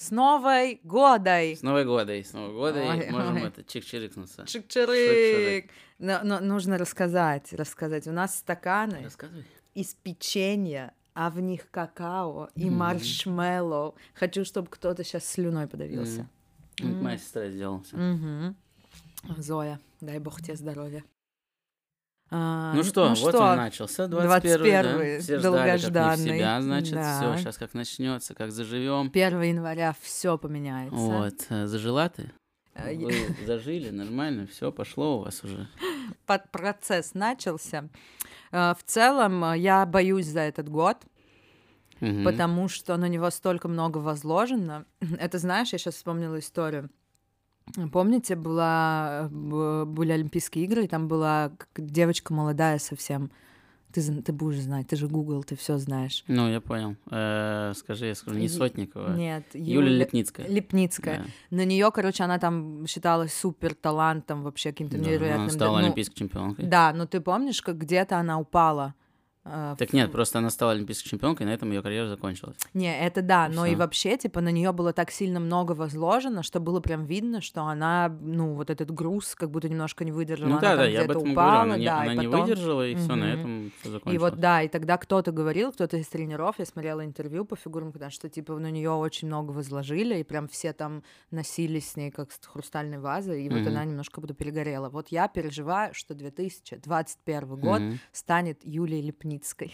С Новой годой! С Новой годой, Ой, можем ой. это чик-чирикнуться. Чик-чирик! Но нужно рассказать. У нас стаканы Рассказывай. из печенья, а в них какао и маршмеллоу. Хочу, чтобы кто-то сейчас слюной подавился. Моя сестра сделала всё. Мгм. Зоя, дай бог тебе здоровья. Ну что, вот он начался, 21-й, да? Все ждали, как не в долгожданный. себя, значит, Да. все, сейчас как начнется, как заживем. 1 января все поменяется. Вот, зажила ты? Э, Вы зажили, нормально, все пошло у вас уже. Процесс начался. В целом, я боюсь за этот год, Мгм. потому что на него столько много возложено. Это, знаешь, я сейчас вспомнила историю. Помните, были Олимпийские игры, и там была девочка молодая совсем. Ты будешь знать, ты же Google, ты все знаешь. Ну, я понял. Скажи, я скажу, не Сотникова. Нет, Юлия Лепницкая. Лепницкая. Да. На нее, короче, она там считалась супер талантом, вообще каким-то Да, невероятным. она стала ну, олимпийской чемпионкой. Да, но ты помнишь, как где-то она упала? Так нет, просто она стала олимпийской чемпионкой, и на этом ее карьера закончилась. Не, это да, И но и всё. вообще, типа, на нее было так сильно много возложено, что было прям видно, что она, ну, вот этот груз как будто немножко не выдержала. Ну она да, там я об где-то этом и упала, говорю, да, она и не потом... выдержала, и все, на Мгм. этом все И закончилось. вот да, и тогда кто-то говорил, кто-то из тренеров, я смотрела интервью по фигурам, потому что типа на нее очень много возложили, и прям все там носились с ней как с хрустальной вазой, и вот Мгм. она немножко как будто перегорела. Вот я переживаю, что 2021 год Мгм. станет Юлией Лепницкой.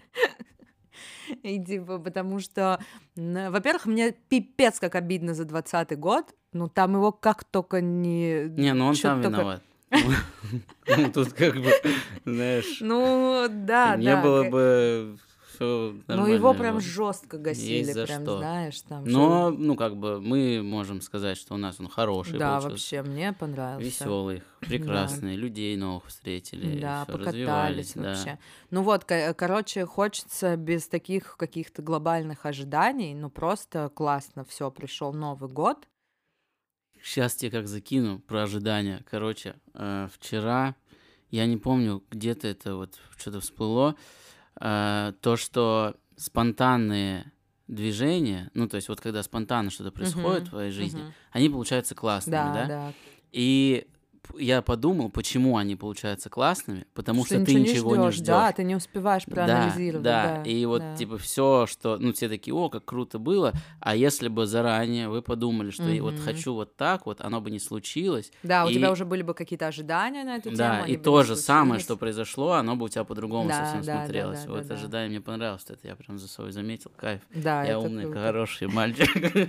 И типа, потому что, во-первых, мне пипец как обидно за 2020 год, ну там его как только не... Не, ну он чё-то сам только- виноват. Ну, тут как бы, знаешь, Ну, да, не да. было бы все Ну, его прям жестко гасили, Есть за прям, что. знаешь, там. Но, ну, как бы, мы можем сказать, что у нас он хороший Да, получился. вообще, мне понравился. Веселый, прекрасный, людей новых встретили, Да, всё, покатались развивались, да. вообще. Ну вот, короче, хочется без таких каких-то глобальных ожиданий, ну просто классно, все, пришел Новый год. Сейчас тебе как закину про ожидания. Короче, вчера, я не помню, где-то это вот что-то всплыло, то, что спонтанные движения, ну, то есть вот когда спонтанно что-то происходит в твоей жизни, они получаются классными, Да, да? да. И я подумал, почему они получаются классными, потому что ты ничего ничего не ждёшь, ждешь. да, ты не успеваешь проанализировать, Да. да. И вот, да. типа, все, что, ну, все такие, о, как круто было, а если бы заранее вы подумали, что я вот хочу вот так вот, оно бы не случилось. Да, у И- тебя уже были бы какие-то ожидания на эту тему. Да, они и бы то не же самое, случились. что произошло, оно бы у тебя по-другому Да, совсем да, да, смотрелось. да, Вот да. ожидание мне понравилось, что это я прям за собой заметил, кайф. Да, Я это умный, круто. хороший мальчик.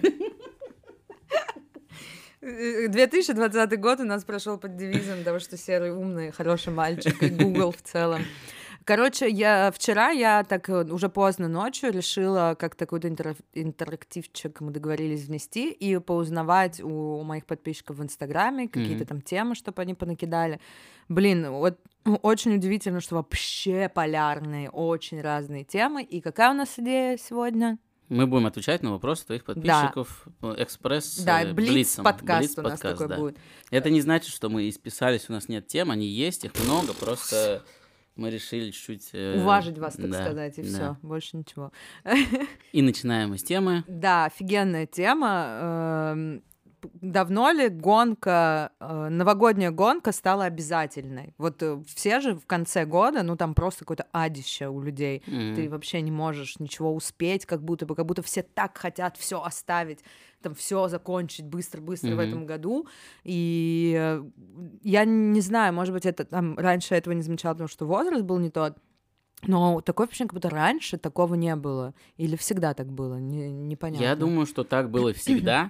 2020 год у нас прошел под девизом того, что серый умный, хороший мальчик, и Google в целом. Короче, вчера я так уже поздно ночью решила как такой-то интерактивчик, мы договорились внести и поузнавать у моих подписчиков в Инстаграме какие-то там темы, чтобы они понакидали. Блин, вот очень удивительно, что вообще полярные, очень разные темы. И какая у нас идея сегодня? Мы будем отвечать на вопросы твоих подписчиков. Экспресс Да, Блицом. Блиц-подкаст у нас Блиц-подкаст, такой да. будет. Это не значит, что мы исписались, у нас нет тем, они есть, их много, просто мы решили чуть-чуть... Уважить вас, так да, сказать, и да. все, больше ничего. И начинаем мы с темы. Да, офигенная тема. Давно ли новогодняя гонка стала обязательной? Вот все же в конце года, ну там просто какое-то адище у людей. Ты вообще не можешь ничего успеть, как будто все так хотят все оставить, там все закончить быстро-быстро в этом году. И я не знаю, может быть, это там раньше этого не замечала, потому что возраст был не тот. Но такое впечатление, как будто раньше такого не было. Или всегда так было, непонятно. Я думаю, что так было всегда.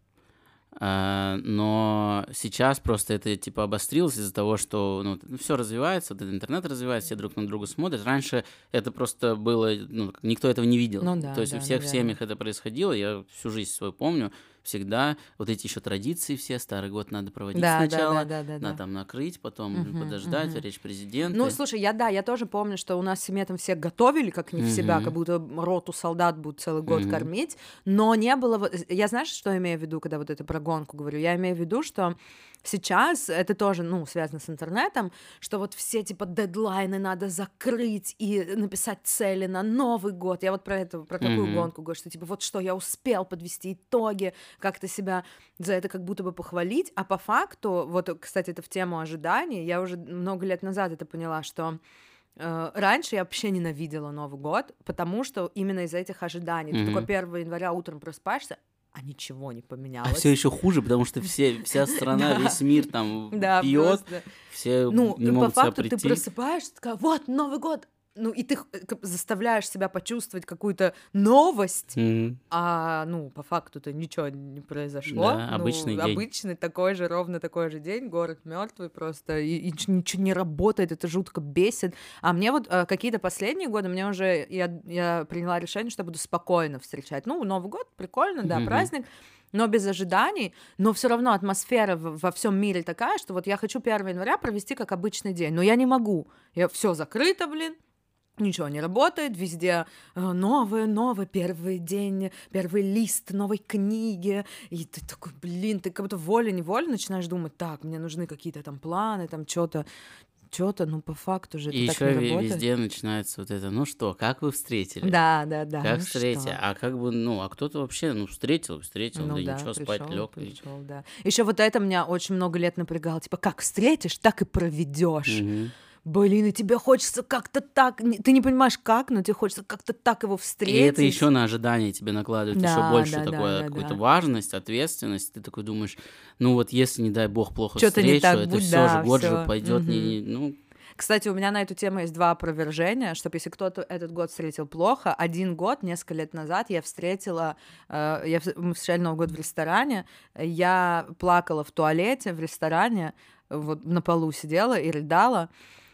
Но сейчас просто это типа обострилось из-за того, что ну, все развивается, вот интернет развивается, все друг на друга смотрят. Раньше это просто было, ну, никто этого не видел. Ну да, То есть да, у всех в наверное. семьях это происходило, я всю жизнь свою помню. всегда вот эти еще традиции все, Старый год надо проводить Да, сначала, да. надо там накрыть, потом подождать, речь президента. Ну, слушай, я тоже помню, что у нас в семье там все готовили как не в себя, как будто роту солдат будут целый год кормить, но не было... Я знаешь, что имею в виду, когда вот это про гонку говорю? Я имею в виду, что сейчас это тоже, ну, связано с интернетом, что вот все, типа, дедлайны надо закрыть и написать цели на Новый год. Я вот про такую гонку говорю, что, типа, вот что, я успел подвести итоги, как-то себя за это как будто бы похвалить, а по факту, вот, кстати, это в тему ожиданий, я уже много лет назад это поняла, что раньше я вообще ненавидела Новый год, потому что именно из-за этих ожиданий. Ты такой 1 января утром просыпаешься, а ничего не поменялось. А все еще хуже, потому что вся страна, весь мир там пьет, все не могут себя прийти. По факту ты просыпаешься, такая, вот, Новый год, ну, и ты заставляешь себя почувствовать какую-то новость, а, ну, по факту-то ничего не произошло. Да, обычный день. Обычный, такой же, ровно такой же день, город мертвый просто, и ничего не работает, это жутко бесит. А мне вот какие-то последние годы, мне уже, я приняла решение, что я буду спокойно встречать. Ну, Новый год, прикольно, да, праздник, но без ожиданий, но все равно атмосфера во всем мире такая, что вот я хочу 1 января провести как обычный день, но я не могу. Все закрыто, блин. Ничего не работает, везде новое, первый день, первый лист новой книги, и ты такой, блин, ты как будто волей-неволей начинаешь думать, так, мне нужны какие-то там планы, там что-то, ну, по факту же это и так не работает. И еще везде начинается вот это, ну что, как вы встретили? Да. Как ну встретили? что? А как бы, ну, а кто-то вообще, ну, встретил, Ну да ничего, спать лег. Пришел, да. Еще вот это меня очень много лет напрягало, типа, как встретишь, так и проведешь. Блин, и тебе хочется как-то так, ты не понимаешь как, но тебе хочется как-то так его встретить. И это еще на ожидание тебе накладывает еще больше какую-то важность, ответственность. Ты такой думаешь, ну вот если, не дай бог, плохо встречу, это все же год же пойдет ну. Кстати, у меня на эту тему есть 2 опровержения, чтобы если кто-то этот год встретил плохо, 1 год, несколько лет назад, мы встречали Новый год в ресторане, я плакала в туалете в ресторане, вот на полу сидела и рыдала,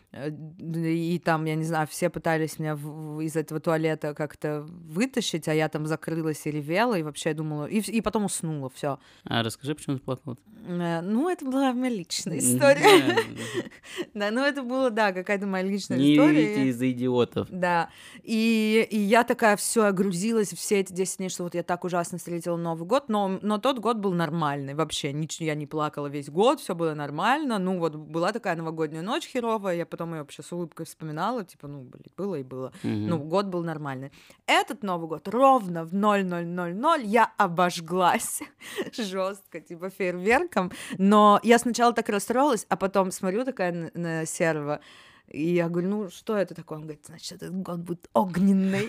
и там, я не знаю, все пытались меня из этого туалета как-то вытащить, а я там закрылась и ревела, и вообще думала, и потом уснула, все. А расскажи, почему ты плакала? Ну, это была моя личная история. Да, ну это было, да, какая-то моя личная история. Не видите из-за идиотов. Да, и я такая все огрузилась все эти 10 дней, что вот я так ужасно встретила Новый год, но тот год был нормальный вообще, я не плакала весь год, все было нормально, ну вот была такая новогодняя ночь херовая, я потом ее вообще с улыбкой вспоминала, типа, ну, блин, было и было. Ну, год был нормальный. Этот Новый год ровно в 00:00 я обожглась жестко, типа, фейерверком, но я сначала так расстроилась, а потом смотрю такая на Серого, и я говорю, ну, что это такое? Он говорит, значит, этот год будет огненный.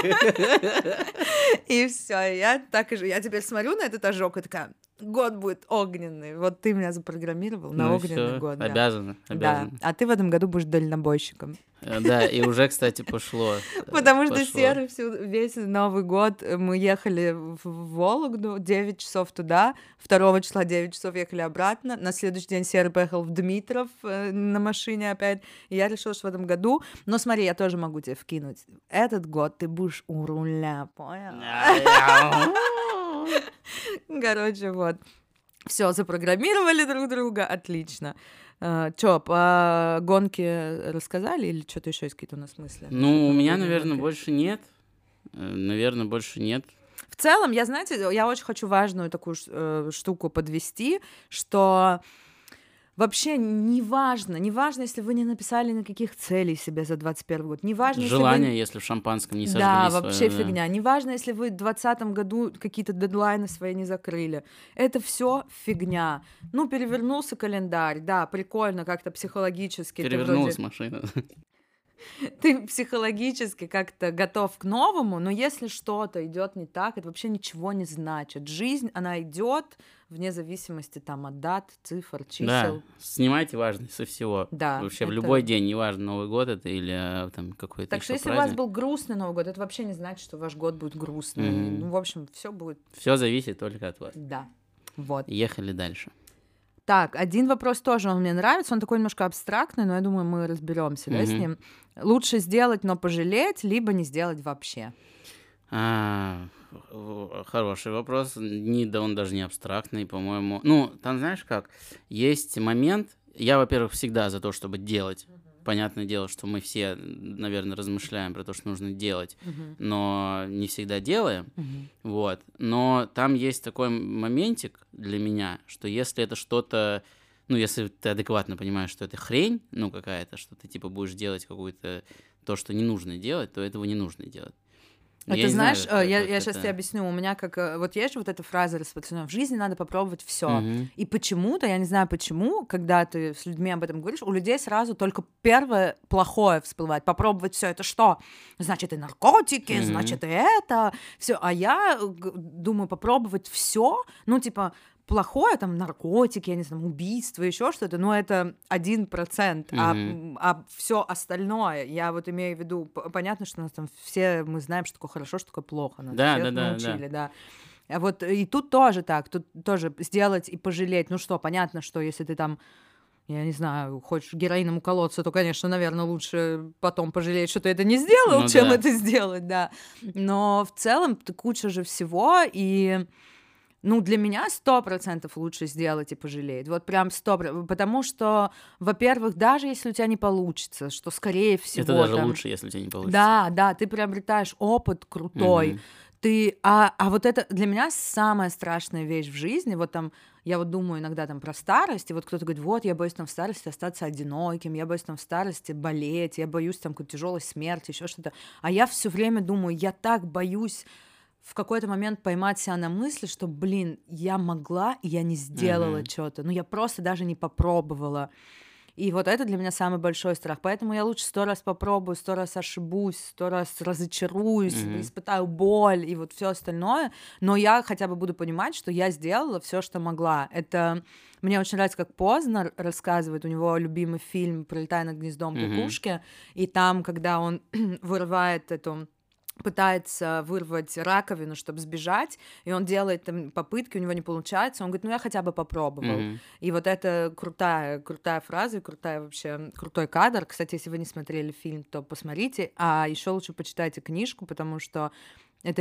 И все, я теперь смотрю на этот ожог и такая, год будет огненный. Вот ты меня запрограммировал на огненный год. Обязана. Да, а ты в этом году будешь дальнобойщиком. Да, и уже, кстати, пошло. Потому что Серый весь Новый год мы ехали в Вологду, 9 часов туда, 2 числа 9 часов ехали обратно, на следующий день Серый поехал в Дмитров на машине опять, и я решила, что в этом году, но смотри, я тоже могу тебе вкинуть, этот год ты будешь у руля, понял? Короче, вот. Все, запрограммировали друг друга, отлично. Чё, по гонке рассказали или что-то еще есть какие-то у нас мысли? Ну, у меня, наверное, больше нет. В целом, я очень хочу важную такую штуку подвести, что вообще неважно, если вы не написали никаких целей себе за 21 год, неважно, желание, если в шампанском не сожгли. Да, вообще фигня. Неважно, если вы в 2020 году какие-то дедлайны свои не закрыли. Это все фигня. Ну, перевернулся календарь, да, прикольно как-то психологически. Перевернулась машина. Ты психологически как-то готов к новому, но если что-то идет не так, это вообще ничего не значит. Жизнь, она идет вне зависимости там от дат, цифр, чисел. Да, снимайте важность со всего. Да. Вообще в любой день, неважно, Новый год это или там какой-то Так что если праздник. у вас был грустный Новый год, это вообще не значит, что ваш год будет грустный. Ну, в общем, все будет... Все зависит только от вас. Да, вот. Ехали дальше. Так, один вопрос тоже, он мне нравится, он такой немножко абстрактный, но я думаю, мы разберемся, да, с ним. Лучше сделать, но пожалеть, либо не сделать вообще. Хороший вопрос. Да он даже не абстрактный, по-моему. Ну, там знаешь как? Есть момент. Я, во-первых, всегда за то, чтобы делать. Понятное дело, что мы все, наверное, размышляем про то, что нужно делать, но не всегда делаем. Вот. Но там есть такой моментик для меня, что если это что-то, ну, если ты адекватно понимаешь, что это хрень, ну, какая-то, что ты, типа, будешь делать какую-то то, что не нужно делать, то этого не нужно делать. Это знаешь, я сейчас тебе объясню, у меня как, вот есть же вот эта фраза распространенная, в жизни надо попробовать все. И почему-то, я не знаю почему, когда ты с людьми об этом говоришь, у людей сразу только первое плохое всплывает. Попробовать все это что? Значит, и наркотики, значит, и это, все. А я думаю, попробовать все, ну, типа, плохое, там, наркотики, я не знаю, убийство, еще что-то, но это 1%, а все остальное, я вот имею в виду, понятно, что у нас там все, мы знаем, что такое хорошо, что такое плохо, нас всех научили, да. А вот и тут тоже так, тут тоже сделать и пожалеть, ну что, понятно, что если ты там, я не знаю, хочешь героином уколоться, то, конечно, наверное, лучше потом пожалеть, что ты это не сделал, чем это сделать, да. Но в целом куча же всего, и... Ну, для меня 100% лучше сделать и пожалеть. Вот прям 100%. Потому что, во-первых, даже если у тебя не получится, что скорее всего... Это даже лучше, если у тебя не получится. Да, ты приобретаешь опыт крутой. Ты, а вот это для меня самая страшная вещь в жизни. Вот там, я вот думаю иногда там про старость, и вот кто-то говорит, вот, я боюсь там в старости остаться одиноким, я боюсь там в старости болеть, я боюсь там какой-то тяжелой смерти, еще что-то. А я все время думаю, я так боюсь в какой-то момент поймать себя на мысли, что, блин, я могла, и я не сделала что-то. Ну, я просто даже не попробовала. И вот это для меня самый большой страх. Поэтому я лучше 100 раз попробую, 100 раз ошибусь, 100 раз разочаруюсь, испытаю боль и вот все остальное. Но я хотя бы буду понимать, что я сделала все, что могла. Это мне очень нравится, как Познер рассказывает, у него любимый фильм «Пролетая над гнездом кукушки», и там, когда он вырывает эту... пытается вырвать раковину, чтобы сбежать, и он делает там попытки, у него не получается, он говорит, ну я хотя бы попробовал. И вот это крутая фраза, крутой кадр. Кстати, если вы не смотрели фильм, то посмотрите, а еще лучше почитайте книжку, потому что это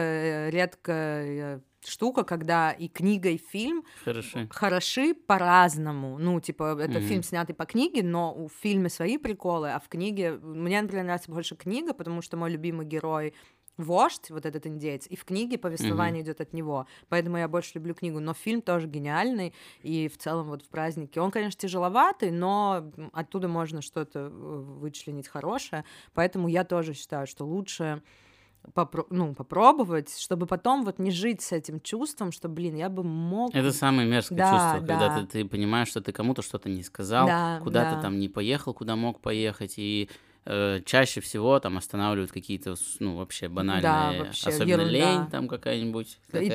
редкая штука, когда и книга, и фильм хороши по-разному. Ну, типа, это фильм, снятый по книге, но в фильме свои приколы, а в книге... Мне, например, нравится больше книга, потому что мой любимый герой вождь, вот этот индеец, и в книге повествование идет от него. Поэтому я больше люблю книгу. Но фильм тоже гениальный, и в целом вот в празднике. Он, конечно, тяжеловатый, но оттуда можно что-то вычленить хорошее. Поэтому я тоже считаю, что лучше... попробовать, чтобы потом вот не жить с этим чувством, что, блин, я бы мог... Это самое мерзкое чувство, когда ты понимаешь, что ты кому-то что-то не сказал, куда-то там не поехал, куда мог поехать, и чаще всего там останавливают какие-то, ну, вообще банальные, особенно ерунда. Лень там какая-нибудь.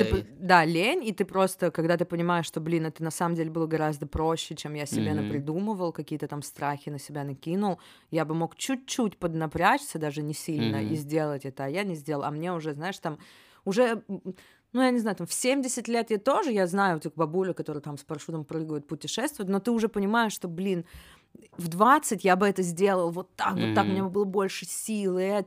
Лень, и ты просто, когда ты понимаешь, что, блин, это на самом деле было гораздо проще, чем я себе напридумывал, какие-то там страхи на себя накинул, я бы мог чуть-чуть поднапрячься, даже не сильно, и сделать это, а я не сделал, а мне уже, знаешь, там, уже... Ну, я не знаю, там в 70 лет я знаю этих бабулю, которые там с парашютом прыгают, путешествуют, но ты уже понимаешь, что, блин, в 20 я бы это сделал вот так, у меня бы было больше сил, и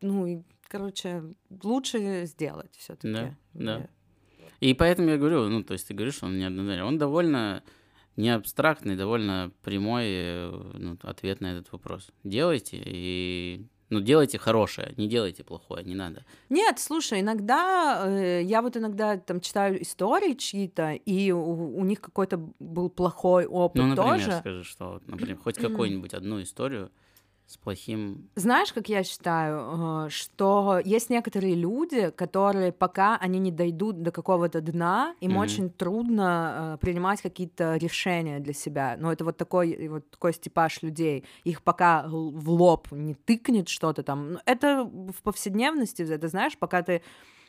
короче, лучше сделать все-таки. Да. И поэтому я говорю, ну, то есть ты говоришь, что он неоднозначный, он довольно не абстрактный, довольно прямой ответ на этот вопрос. Делайте, и... Ну, делайте хорошее, не делайте плохое, не надо. Нет, слушай, иногда, я вот иногда там читаю истории чьи-то, и у них какой-то был плохой опыт тоже. Ну, например, скажи, что, например, хоть какую-нибудь одну историю с плохим... Знаешь, как я считаю, что есть некоторые люди, которые пока они не дойдут до какого-то дна, им очень трудно принимать какие-то решения для себя. Но это вот такой типаж людей. Их пока в лоб не тыкнет что-то там. Это в повседневности, это знаешь, пока ты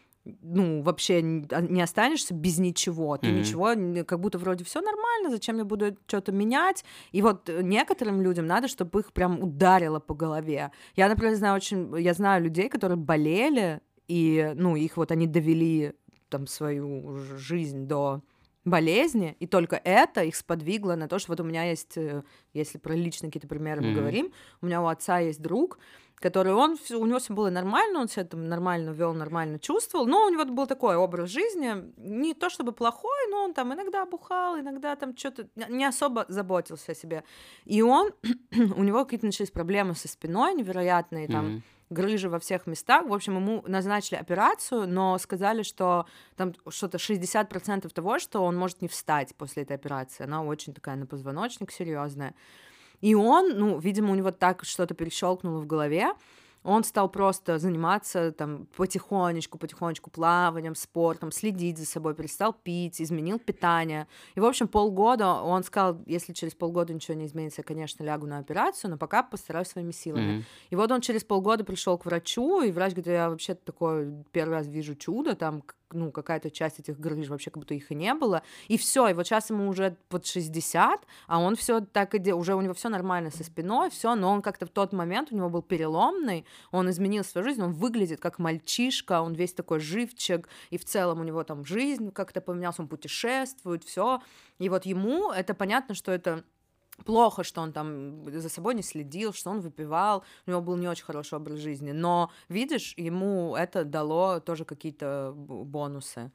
вообще не останешься без ничего. Ты ничего, как будто вроде все нормально, зачем я буду что-то менять? И вот некоторым людям надо, чтобы их прям ударило по голове. Я, например, я знаю людей, которые болели, и, их вот они довели там свою жизнь до болезни, и только это их сподвигло на то, что вот у меня есть, если про личные какие-то примеры мы говорим, у меня у отца есть друг, который у него все было нормально, он себя там нормально вел, нормально чувствовал, но у него был такой образ жизни, не то чтобы плохой, но он там иногда бухал, иногда там что-то не особо заботился о себе. И у него какие-то начались проблемы со спиной невероятные, там, грыжи во всех местах. В общем, ему назначили операцию, но сказали, что там что-то 60% того, что он может не встать после этой операции. Она очень такая на позвоночник серьезная. И он, видимо, у него так что-то перещелкнуло в голове, он стал просто заниматься там потихонечку плаванием, спортом, следить за собой, перестал пить, изменил питание. И, в общем, полгода он сказал, если через полгода ничего не изменится, я, конечно, лягу на операцию, но пока постараюсь своими силами. И вот он через полгода пришел к врачу, и врач говорит, я вообще такое первый раз вижу чудо, там, какая-то часть этих грыж вообще как будто их и не было. И все, и вот сейчас ему уже под 60, а он все так и уже у него все нормально со спиной, все, но он как-то в тот момент у него был переломный, он изменил свою жизнь, он выглядит как мальчишка, он весь такой живчик, и в целом у него там жизнь как-то поменялась, он путешествует, все. И вот ему это понятно, что это плохо, что он там за собой не следил, что он выпивал, у него был не очень хороший образ жизни, но, видишь, ему это дало тоже какие-то бонусы.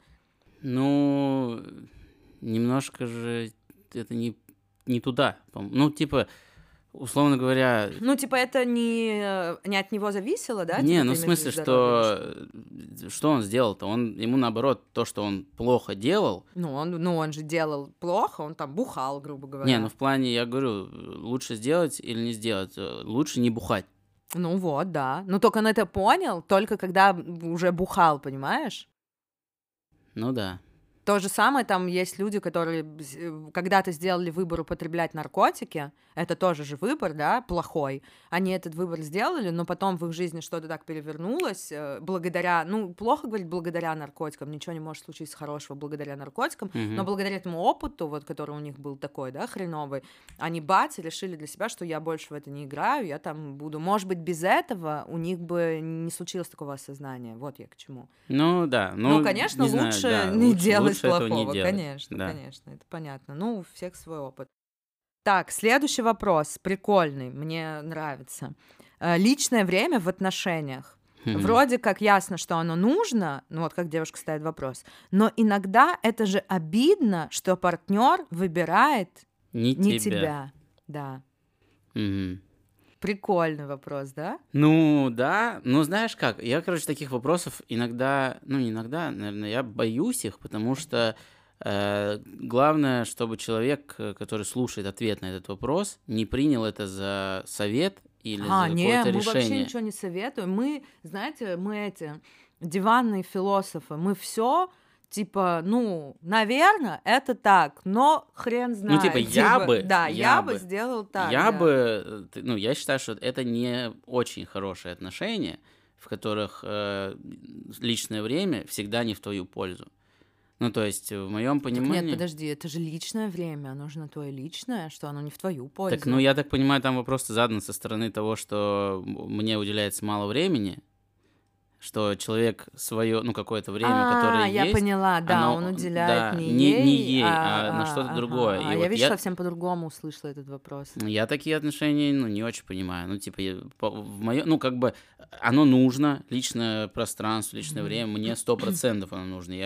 Ну, немножко же это не туда. Ну, типа, условно говоря... Ну, типа, это не от него зависело, да? Не, типа, ну, в смысле, что он сделал-то? Ему, наоборот, то, что он плохо делал... он же делал плохо, он там бухал, грубо говоря. Не, ну, в плане, я говорю, лучше сделать или не сделать? Лучше не бухать. Ну вот, да. Но только он это понял, только когда уже бухал, понимаешь? Ну, да. То же самое, там есть люди, которые когда-то сделали выбор употреблять наркотики, это тоже же выбор, да, плохой. Они этот выбор сделали, но потом в их жизни что-то так перевернулось благодаря, плохо говорить благодаря наркотикам, ничего не может случиться хорошего благодаря наркотикам, но благодаря этому опыту, вот, который у них был такой, да, хреновый, они бац, и решили для себя, что я больше в это не играю, я там буду, может быть, без этого у них бы не случилось такого осознания, вот я к чему. Ну, да. Конечно, не лучше знаю, не делать плохого, не делать. Конечно, это понятно. У всех свой опыт. Так, следующий вопрос, прикольный, мне нравится. Личное время в отношениях. Вроде как ясно, что оно нужно, вот как девушка ставит вопрос, но иногда это же обидно, что партнер выбирает не тебя. Да. Прикольный вопрос, да? Ну, да. Ну, знаешь как, я, таких вопросов иногда, не иногда, наверное, я боюсь их, потому что главное, чтобы человек, который слушает ответ на этот вопрос, не принял это за совет или за какое-то решение. Мы вообще ничего не советуем. Мы, знаете, эти диванные философы, мы все... Типа, наверное, это так, но хрен знает. Я бы сделал так. Я считаю, что это не очень хорошие отношения, в которых личное время всегда не в твою пользу. Ну, то есть, в моем понимании... Так нет, подожди, это же личное время, оно же на твое личное, что оно не в твою пользу. Так, я так понимаю, там вопрос задан со стороны того, что мне уделяется мало времени, что человек свое, какое-то время, которое я есть... поняла, да, он уделяет не ей, на что-то другое. И я, видишь, совсем по-другому услышала этот вопрос. Я такие отношения, не очень понимаю. В моем, оно нужно, личное пространство, личное время, мне 100% оно нужно. Я,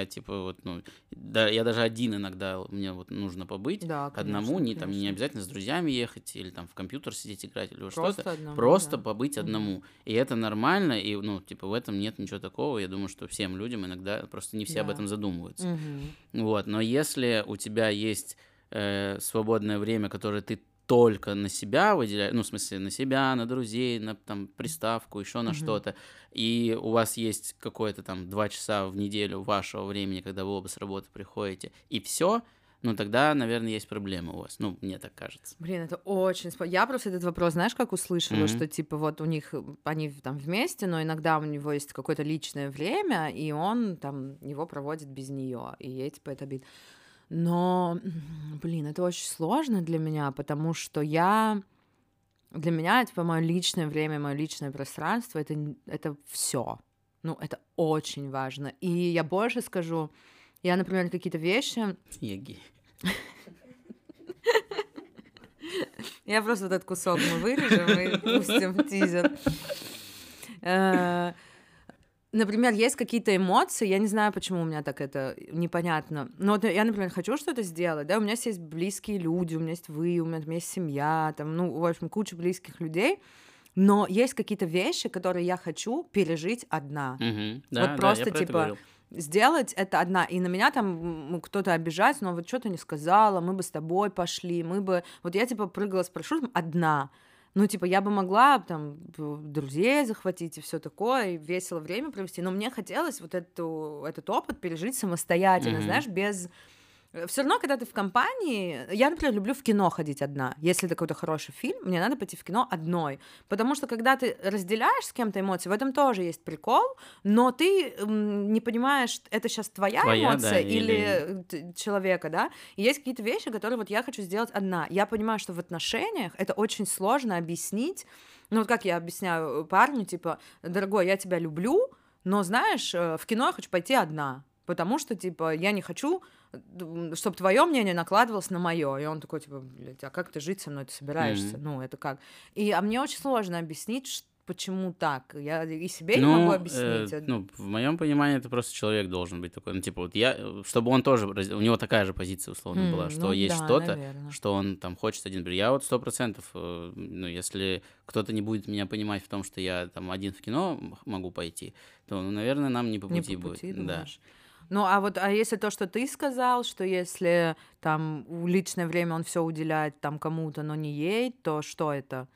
я даже один иногда, мне нужно побыть одному, не обязательно с друзьями ехать или там в компьютер сидеть играть или что-то. Просто побыть одному. И это нормально, и, в этом нет ничего такого. Я думаю, что всем людям иногда просто не все об этом задумываются. Вот. Но если у тебя есть свободное время, которое ты только на себя выделяешь, в смысле на себя, на друзей, на там приставку, еще на что-то, и у вас есть какое-то там 2 часа в неделю вашего времени, когда вы оба с работы приходите, и все, тогда, наверное, есть проблемы у вас. Мне так кажется. Блин, это очень... Я просто этот вопрос, знаешь, как услышала, что, вот у них, они там вместе, но иногда у него есть какое-то личное время, и он там его проводит без нее, и ей, это обидно. Но, блин, это очень сложно для меня, потому что для меня, мое личное время, мое личное пространство, это все. Это очень важно. И я больше скажу, я, например, какие-то вещи... Я гей. Я просто этот кусок мы вырежем и пустим в тизер. Например, есть какие-то эмоции, я не знаю, почему у меня так это непонятно. Но вот я, например, хочу что-то сделать, да, у меня есть близкие люди, у меня есть вы, у меня есть семья, там, ну, в общем, куча близких людей, но есть какие-то вещи, которые я хочу пережить одна. Да, Вот просто, я про это типа, говорил. сделать это одна, и на меня там кто-то обижается, но вот что ты не сказала, мы бы с тобой пошли, мы бы... Вот я, типа, прыгала с парашютом одна. Ну, типа, я бы могла там друзей захватить и все такое, и весело время провести, но мне хотелось вот этот опыт пережить самостоятельно, знаешь, без... Все равно, когда ты в компании, я, например, люблю в кино ходить одна. Если это какой-то хороший фильм, мне надо пойти в кино одной. Потому что, когда ты разделяешь с кем-то эмоции, в этом тоже есть прикол, но ты не понимаешь, это сейчас твоя эмоция да, или человека, да? И есть какие-то вещи, которые вот я хочу сделать одна. Я понимаю, что в отношениях это очень сложно объяснить. Ну, вот как я объясняю парню, типа, дорогой, я тебя люблю, но, знаешь, в кино я хочу пойти одна. Потому что, типа, я не хочу, чтобы твое мнение накладывалось на мое. И он такой, типа, блядь, а как ты жить со мной ты собираешься? Ну, это как? А мне очень сложно объяснить, почему так. Я и себе не могу объяснить. В моем понимании это просто человек должен быть такой. Ну, типа, вот чтобы он тоже, у него такая же позиция, условно, была, что есть что-то, наверное, что он там хочет один. Я вот 100%, ну, если кто-то не будет меня понимать в том, что я там один в кино могу пойти, то, ну, наверное, нам не по пути будет. Думаешь? Да. Ну, а если то, что ты сказал, что если там в личное время он все уделяет там кому-то, но не ей, то что это?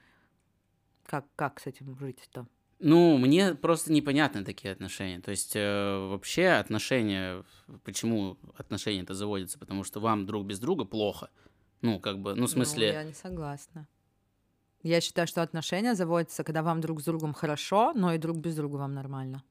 Как с этим жить-то? Ну, мне просто непонятны такие отношения. То есть вообще отношения, почему отношения-то заводятся? Потому что вам друг без друга плохо. Ну, как бы, ну, в смысле... Ну, я не согласна. Я считаю, что отношения заводятся, когда вам друг с другом хорошо, но и друг без друга вам нормально.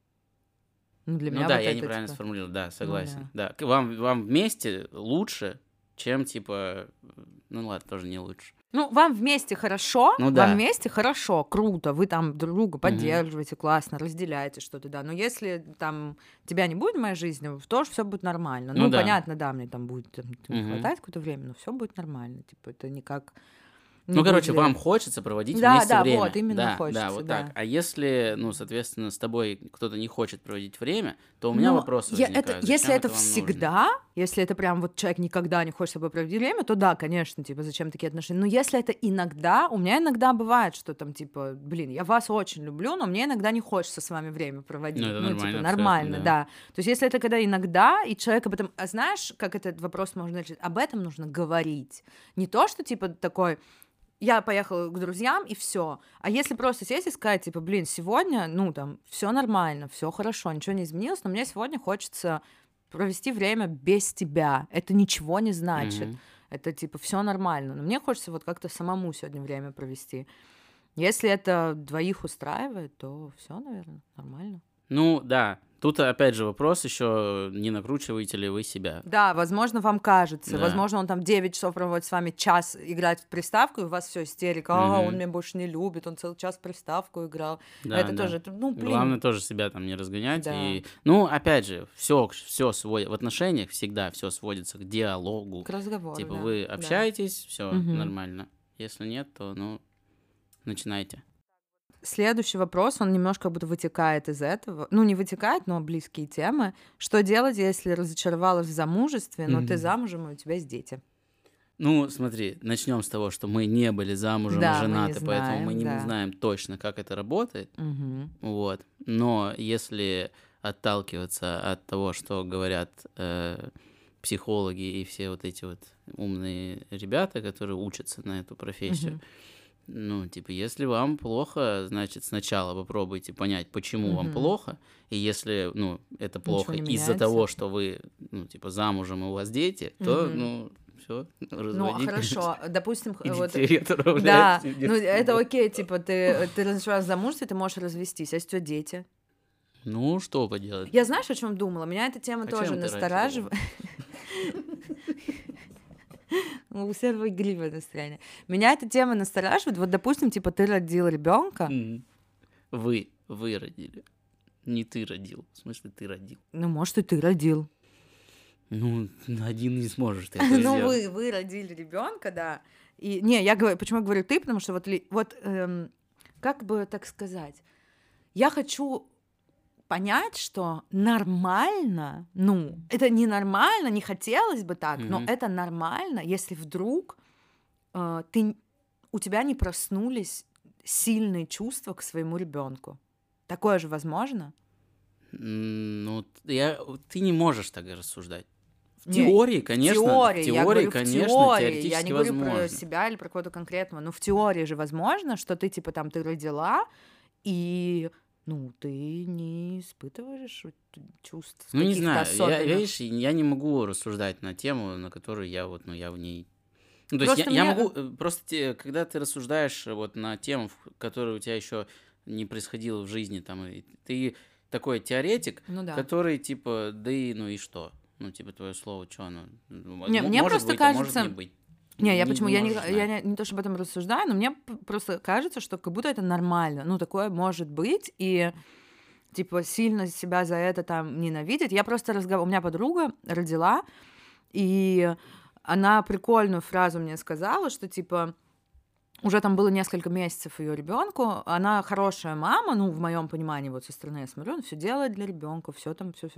Ну, для меня да, вот я это, неправильно типа... сформулировал, да, согласен. Да. Вам вместе лучше, чем, типа... Ну, ладно, тоже не лучше. Ну, вам вместе хорошо, вам вместе хорошо, круто, вы там друг друга поддерживаете, классно, разделяете что-то, да. Но если там тебя не будет в моей жизни, тоже все будет нормально. Ну, понятно, да, мне там будет не хватать какое-то время, но все будет нормально. Типа, это никак. Ну, короче, вам хочется проводить вместе время. Да, вот, именно хочется. Да, вот так. А если, ну, соответственно, с тобой кто-то не хочет проводить время, то у меня вопрос возникает. Если это всегда, если это прям вот человек никогда не хочет с тобой проводить время, то да, конечно, типа, зачем такие отношения? Но если это иногда, у меня иногда бывает, что там, типа, блин, я вас очень люблю, но мне иногда не хочется с вами время проводить. Ну, это нормально, типа, нормально, да. То есть если это когда иногда, и человек об этом... А знаешь, как этот вопрос можно решить? Об этом нужно говорить. Не то, что, типа, такой... Я поехала к друзьям, и все. А если просто сесть и сказать, типа, блин, сегодня, ну, там, все нормально, все хорошо, ничего не изменилось, но мне сегодня хочется провести время без тебя. Это ничего не значит. Это, типа, все нормально. Но мне хочется вот как-то самому сегодня время провести. Если это двоих устраивает, то все, наверное, нормально. Ну, да. Тут, опять же, вопрос еще, не накручиваете ли вы себя. Да, возможно, вам кажется. Да. Возможно, он там 9 часов проводит с вами, час играть в приставку, и у вас все истерика. Он меня больше не любит, он целый час в приставку играл. Да, это тоже, ну, блин. Главное тоже себя там не разгонять. Да. И, ну, опять же, все в отношениях всегда все сводится к диалогу. К разговору, типа, вы общаетесь, все нормально. Если нет, то, ну, начинайте. Следующий вопрос, он немножко как будто вытекает из этого. Ну, не вытекает, но близкие темы. Что делать, если разочаровалась в замужестве, но ты замужем, и у тебя есть дети? Ну, смотри, начнем с того, что мы не были замужем и женаты, поэтому мы не знаем точно, как это работает. Вот. Но если отталкиваться от того, что говорят психологи и все вот эти вот умные ребята, которые учатся на эту профессию, ну, типа, если вам плохо, значит, сначала попробуйте понять, почему вам плохо, и если, ну, это плохо из-за того, что вы, ну, типа, замужем и у вас дети, то, ну, все, разводитесь. Ну, хорошо, допустим... вот, да, ну, это окей, типа, ты разочаровалась в замужестве, ты можешь развестись, а если у тебя дети? Ну, что поделать? Я, знаешь, о чем думала? Меня эта тема тоже настораживает. У всех игривое настроение. Меня эта тема настораживает. Вот, допустим, типа, ты родил ребенка. Вы родили. Не ты родил. В смысле, ты родил. Ну, может, и ты родил. Ну, один не сможешь ты это сделать. Ну, вы родили ребенка, да. И не, я говорю, почему я говорю ты, потому что вот как бы так сказать. я хочу понять, что нормально, ну, это не нормально, не хотелось бы так, но это нормально, если вдруг у тебя не проснулись сильные чувства к своему ребенку. Такое же возможно? Ну, ты не можешь так рассуждать. В Не, теории, конечно, я говорю, конечно, я теоретически не говорю про возможно. себя или про кого-то конкретного, но в теории же возможно, что ты, типа, там, ты родила, и, ну, ты не испытываешь чувств Ну, не каких-то знаю, особенных. видишь, я не могу рассуждать на тему, на которую я вот, ну, я в ней... Ну, то есть Просто я мне- могу, просто когда ты рассуждаешь вот на тему, которая у тебя еще не происходила в жизни, там, и ты такой теоретик, Ну да. который, типа, да и, ну и что? Ну, типа, твое слово, что оно? Не, мне Может просто быть, а может кажется... не быть. Не, я почему? Я, можешь знать. не то чтобы об этом рассуждаю, но мне просто кажется, что как будто это нормально. Ну, такое может быть, и типа сильно себя за это там ненавидеть. Я просто у меня подруга родила, и она прикольную фразу мне сказала, что типа уже там было несколько месяцев ее ребенку, она хорошая мама, ну, в моем понимании, вот со стороны я смотрю, она все делает для ребенка, все там, все.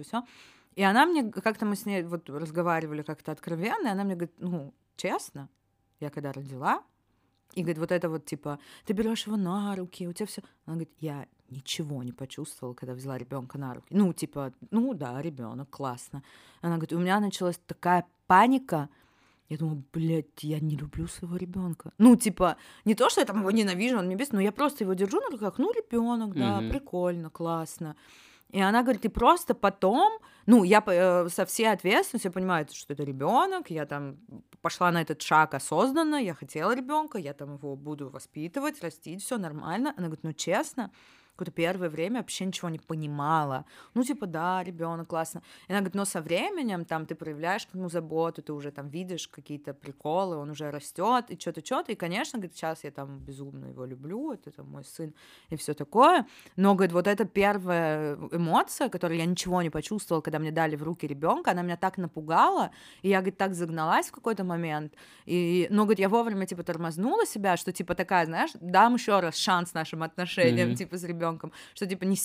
И она мне, как-то мы с ней вот разговаривали как-то откровенно, и она мне говорит, ну, честно, я когда родила, и говорит, вот это вот типа, ты берешь его на руки, у тебя все. Она говорит, я ничего не почувствовала, когда взяла ребенка на руки. Ну, типа, ну да, ребенок, классно. Она говорит, у меня началась такая паника. Я думаю, блядь, я не люблю своего ребенка. Ну, типа, не то, что я там его ненавижу, он мне бесит, но я просто его держу на руках. Ну, ребенок, да, прикольно, классно. И она говорит, ты просто потом, ну, я со всей ответственностью понимаю, что это ребенок, я там пошла на этот шаг осознанно, я хотела ребенка, я там его буду воспитывать, растить, все нормально. Она говорит, ну, честно, какое-то первое время вообще ничего не понимала. Ну, типа, да, ребенок, классно. И она говорит, но со временем там ты проявляешь к нему заботу, ты уже там видишь какие-то приколы, он уже растет, и что-то. И, конечно, говорит, сейчас я там безумно его люблю, это там мой сын и все такое. Но, говорит, вот эта первая эмоция, которую я ничего не почувствовала, когда мне дали в руки ребенка, она меня так напугала, и я, говорит, так загналась в какой-то момент. Но, говорит, я вовремя, типа, тормознула себя, что, типа, такая, знаешь, дам еще раз шанс нашим отношениям, типа, с ребенком, что, типа, не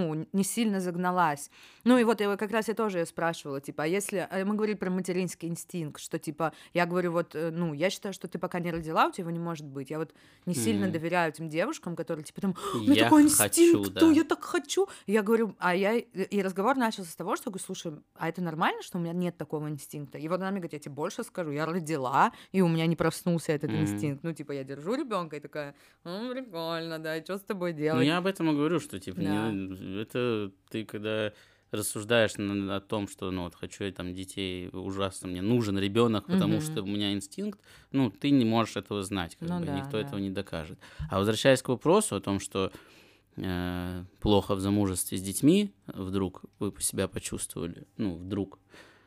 сильно загналась. Ну, и вот как раз я тоже ее спрашивала, типа, а если... Мы говорили про материнский инстинкт, что, типа, я говорю, вот, ну, я считаю, что ты пока не родила, у тебя его не может быть. Я вот не сильно доверяю этим девушкам, которые, типа, там, у меня такой инстинкт, хочу, да. я так хочу. И я говорю, и разговор начался с того, что я говорю, слушай, а это нормально, что у меня нет такого инстинкта? И вот она мне говорит, я тебе больше скажу, я родила, и у меня не проснулся этот инстинкт. Ну, типа, я держу ребенка и такая, прикольно, да, что с тобой Ну, делать? я об этом и говорю, что, типа, Да. это ты когда рассуждаешь о том, что, ну, вот хочу я там детей, ужасно мне нужен ребенок, потому что у меня инстинкт, ну, ты не можешь этого знать, как Ну бы, да, никто да. этого не докажет. А возвращаясь к вопросу о том, что плохо в замужестве с детьми, вдруг вы себя почувствовали, ну, вдруг,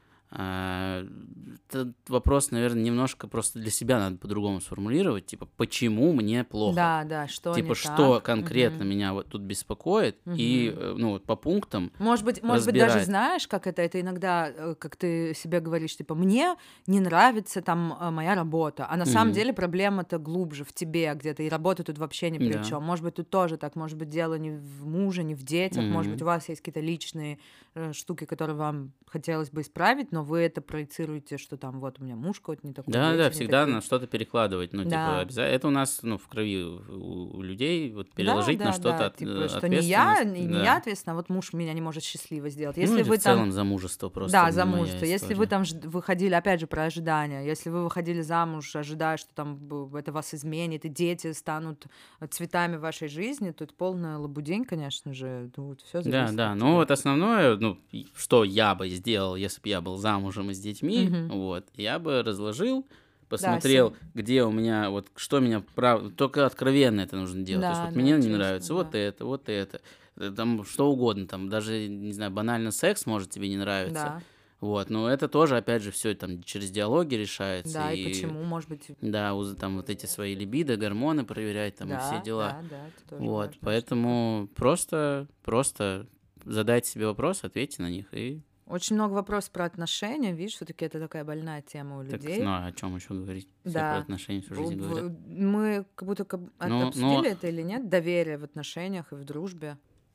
этот вопрос, наверное, немножко просто для себя надо по-другому сформулировать, типа, почему мне плохо? Да, что Типа, не что так? конкретно меня вот тут беспокоит, и, ну, вот по пунктам Может быть, даже разбирать. знаешь, как это иногда, как ты себе говоришь, типа, мне не нравится там моя работа, а на самом деле проблема-то глубже в тебе где-то, и работа тут вообще ни при Да. чем. Может быть, тут тоже так, может быть, дело не в муже, не в детях, может быть, у вас есть какие-то личные штуки, которые вам хотелось бы исправить, но вы это проецируете, что там вот у меня муж какой-то не такой, Да, дети не всегда такие. на что-то перекладывать, ну, Да. типа, обязательно. Это у нас, ну, в крови у людей, вот переложить на что-то типа, что не я ответственность. ответственна, а вот муж меня не может счастливо сделать. Ну, Если или вы в целом там... замужество просто Да, не замужество. моя Если вы история. там выходили, опять же, про ожидания, если вы выходили замуж, ожидая, что там это вас изменит, и дети станут цветами вашей жизни, то это полная лабудень, конечно же. Тут все зависит Да, от ну тебя. вот основное, ну, что я бы сделал, если бы я был замужем и с детьми, вот, я бы разложил, посмотрел, где у меня, вот, что меня, только откровенно это нужно делать, то есть Да, вот да, мне не честно, нравится да. вот это, там что угодно, там даже, не знаю, банально секс может тебе не нравиться, Да, вот, но это тоже, опять же, все там через диалоги решается, да, и почему, может быть... да, там вот эти свои либидо, гормоны проверять, там, и все дела. Да, это тоже Вот, важная поэтому просто задайте себе вопрос, ответьте на них и Очень много вопросов про отношения, видишь, все-таки это такая больная тема у так, людей. ну а о чем еще говорить? Все про Да. отношения всю жизнь говорят. Мы как будто Ну, обсудили это или нет? Доверие в отношениях и в дружбе.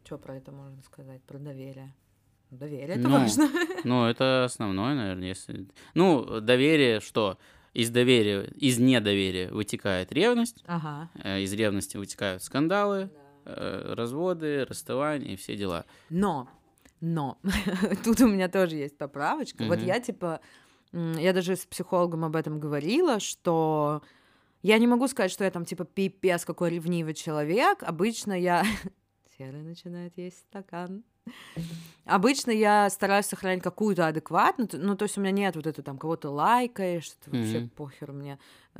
Что про это можно сказать? Про доверие. Доверие — это Ну, важно. ну, это основное, наверное, если... Ну, доверие что? Из недоверия вытекает ревность, Ага. из ревности вытекают скандалы, Да. разводы, расставания и все дела. Но, тут у меня тоже есть поправочка. Вот Мгм. я, типа, я даже с психологом об этом говорила, что я не могу сказать, что я там, типа, пипец какой ревнивый человек. Обычно я... Сера начинает есть стакан. Обычно я стараюсь сохранять какую-то адекватную, ну, то есть у меня нет вот это там кого-то лайкаешь, что вообще Мгм. похер мне.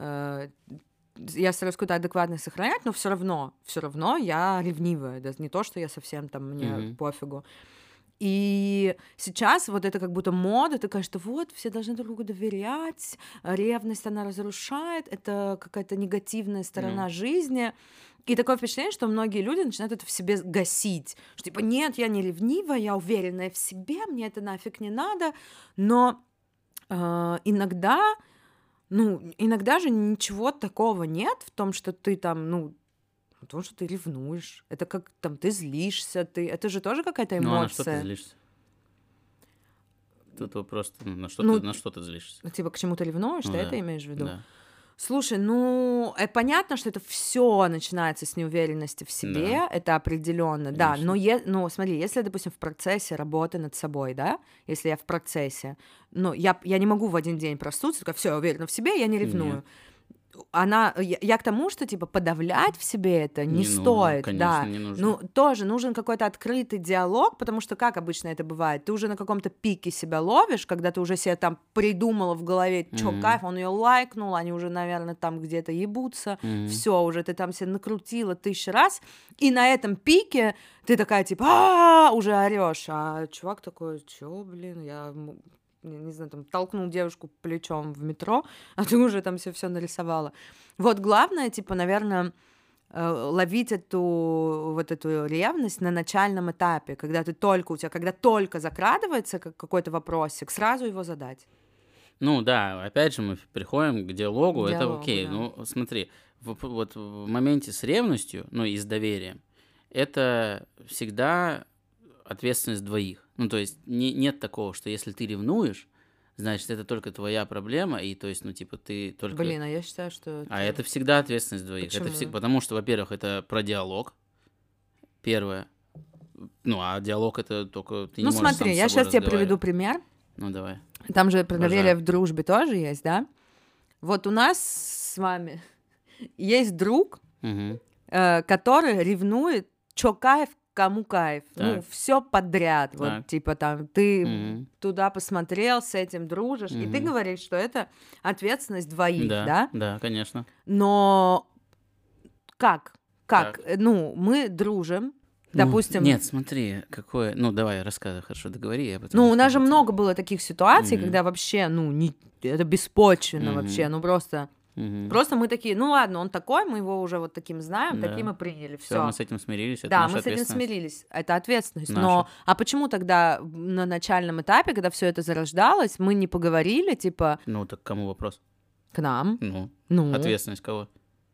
Я стараюсь какую-то адекватность сохранять, но все равно я ревнивая. Даже не то, что я совсем там, мне Мгм. пофигу. И сейчас вот это как будто мода такая, что вот все должны друг другу доверять, ревность она разрушает, это какая-то негативная Ну, сторона жизни. И такое впечатление, что многие люди начинают это в себе гасить, что типа нет, я не ревнивая, я уверенная в себе, мне это нафиг не надо, но иногда, иногда же ничего такого нет в том, что ты там, в том, что ты ревнуешь. Это как там ты злишься, это же тоже какая-то ну, а на что ты эмоция. злишься? Тут вопрос, на Ну, что ты злишься? типа к чему ты ревнуешь, Ну ты это да, имеешь в виду? да, Слушай, понятно, что это все начинается с неуверенности в себе, да, это определенно, да. Но конечно. смотри, если, допустим, в процессе работы над собой, да, если я в процессе, я не могу в один день проснуться, такая, все, я уверена в себе, я не Нет, ревную. Я к тому, что, типа, подавлять в себе это не не нужно, стоит, конечно, да. не нужно. Тоже нужен какой-то открытый диалог, потому что, как обычно это бывает, ты уже на каком-то пике себя ловишь, когда ты уже себе там придумала в голове, что Мгм. кайф, он ее лайкнул, они уже, наверное, там где-то ебутся, Мгм. все, уже ты там себе накрутила 1000 раз, и на этом пике ты такая, типа, уже орешь, а чувак такой, чё, блин, не знаю, там, толкнул девушку плечом в метро, а ты уже там все нарисовала. Вот главное, типа, наверное, ловить эту ревность на начальном этапе, когда только закрадывается какой-то вопросик, сразу его задать. Ну да, опять же мы приходим к диалогу, К это диалогу, окей. да. Ну смотри, вот в моменте с ревностью, ну и с доверием, это всегда ответственность двоих. Ну то есть нет такого, что если ты ревнуешь, значит это только твоя проблема, и то есть, ну типа ты только... Блин, а я считаю, что А это... это всегда ответственность двоих. Почему? Потому что, во-первых, это про диалог, первое. Ну, а диалог это только ты не можешь сам Смотри, с я собой сейчас тебе приведу разговаривать. пример. Ну, давай. Там же про доверие Обожаю. в дружбе тоже есть, да? Вот у нас с вами есть друг, Мгм. который ревнует, чё кайф, кому кайф. Так. Все подряд. Вот, Так. типа там, ты Мгм. туда посмотрел, с этим дружишь, и ты Мгм. говоришь, что это ответственность двоих, Да, да? да, конечно. Но как? Так. Мы дружим, Ну, допустим... нет, смотри, какое... Ну, давай, рассказывай, хорошо, договори, я потом у нас же скажу тебе. много было таких ситуаций, Мгм. когда вообще, это беспочвенно Мгм. вообще, просто... Мгм. Просто мы такие, ладно, он такой, мы его уже вот таким знаем, Да. таким и приняли, Все, все. мы с этим смирились, это Да, наша мы с этим ответственность. смирились, это ответственность. Наша. А почему тогда на начальном этапе, когда все это зарождалось, мы не поговорили, типа, Ну, так кому вопрос? к нам? Ну, ответственность кого?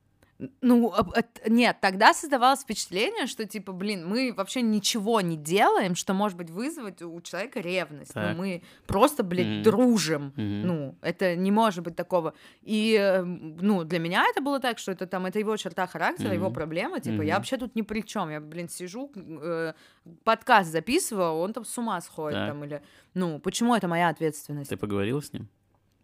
Нет, тогда создавалось впечатление, что, типа, блин, мы вообще ничего не делаем, что может быть вызвать у человека ревность. Так. Мы просто, блядь, Мгм. дружим. Мгм. Это не может быть такого. И, для меня это было так, что это его черта характера, его Мгм. проблема. Типа, Мгм. я вообще тут ни при чем. Я, сижу, подкаст записываю, он там с ума сходит. Так. Там, или, почему это моя ответственность? Ты поговорила с ним?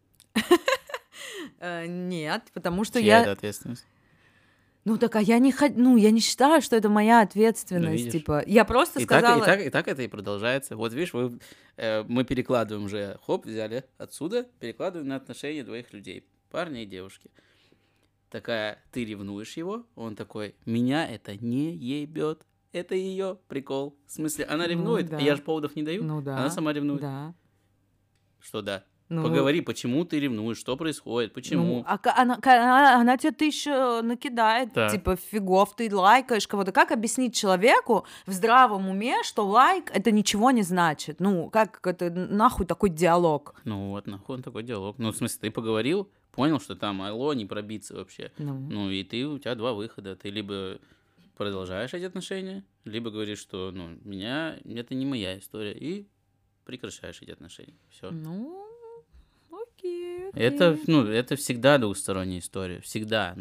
Нет, потому что Чья я... это ответственность? Так, а я не считаю, что это моя ответственность, видишь. типа, я просто И сказала... так это и продолжается. Вот видишь, мы перекладываем уже, взяли отсюда, перекладываем на отношения двоих людей, парня и девушки. Такая, ты ревнуешь его, он такой, меня это не ебет, это ее прикол. В смысле, она ревнует, да. я же поводов не даю, да. она сама ревнует. Да. Что да? Ну, Поговори, почему ты ревнуешь, что происходит, почему. она тебе 1000 накидает, Так. типа, фигов, ты лайкаешь кого-то. Как объяснить человеку в здравом уме, что лайк — это ничего не значит? Как это, нахуй такой диалог? Ну вот, нахуй он такой диалог. Ну, в смысле, ты поговорил, понял, что там, алло, не пробиться вообще. Ну. Ну, и у тебя два выхода. Ты либо продолжаешь эти отношения, либо говоришь, что, это не моя история, и прекращаешь эти отношения. Все. Ну, окей. Это всегда двусторонняя история. Всегда.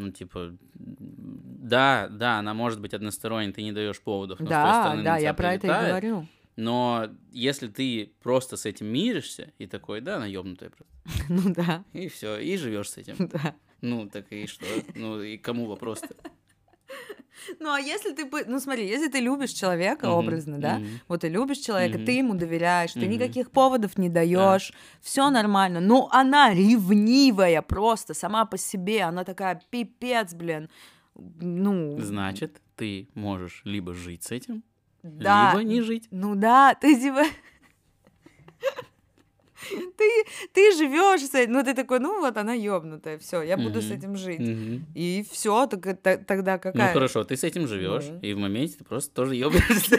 Да, она может быть односторонней, ты не даешь поводов, но с той стороны на тебя я про это и прилетает. говорю. Но если ты просто с этим миришься, и такой, да, она ёбнутая просто. Ну да. И все, и живешь с этим. Да. Так и что? И кому вопрос-то? Ну, а если ты, смотри, если ты любишь человека образно, да, вот ты любишь человека, ты ему доверяешь, ты никаких поводов не даешь, все нормально, но она ревнивая просто сама по себе, она такая пипец, блин, Значит, ты можешь либо жить с этим, да, либо не жить. Ну да, ты типа... Ты живешь с этим, ты такой, она ёбнутая, все, я буду с этим жить. И все, тогда какая? Ну хорошо, ты с этим живешь, и в моменте ты просто тоже ёбнешься.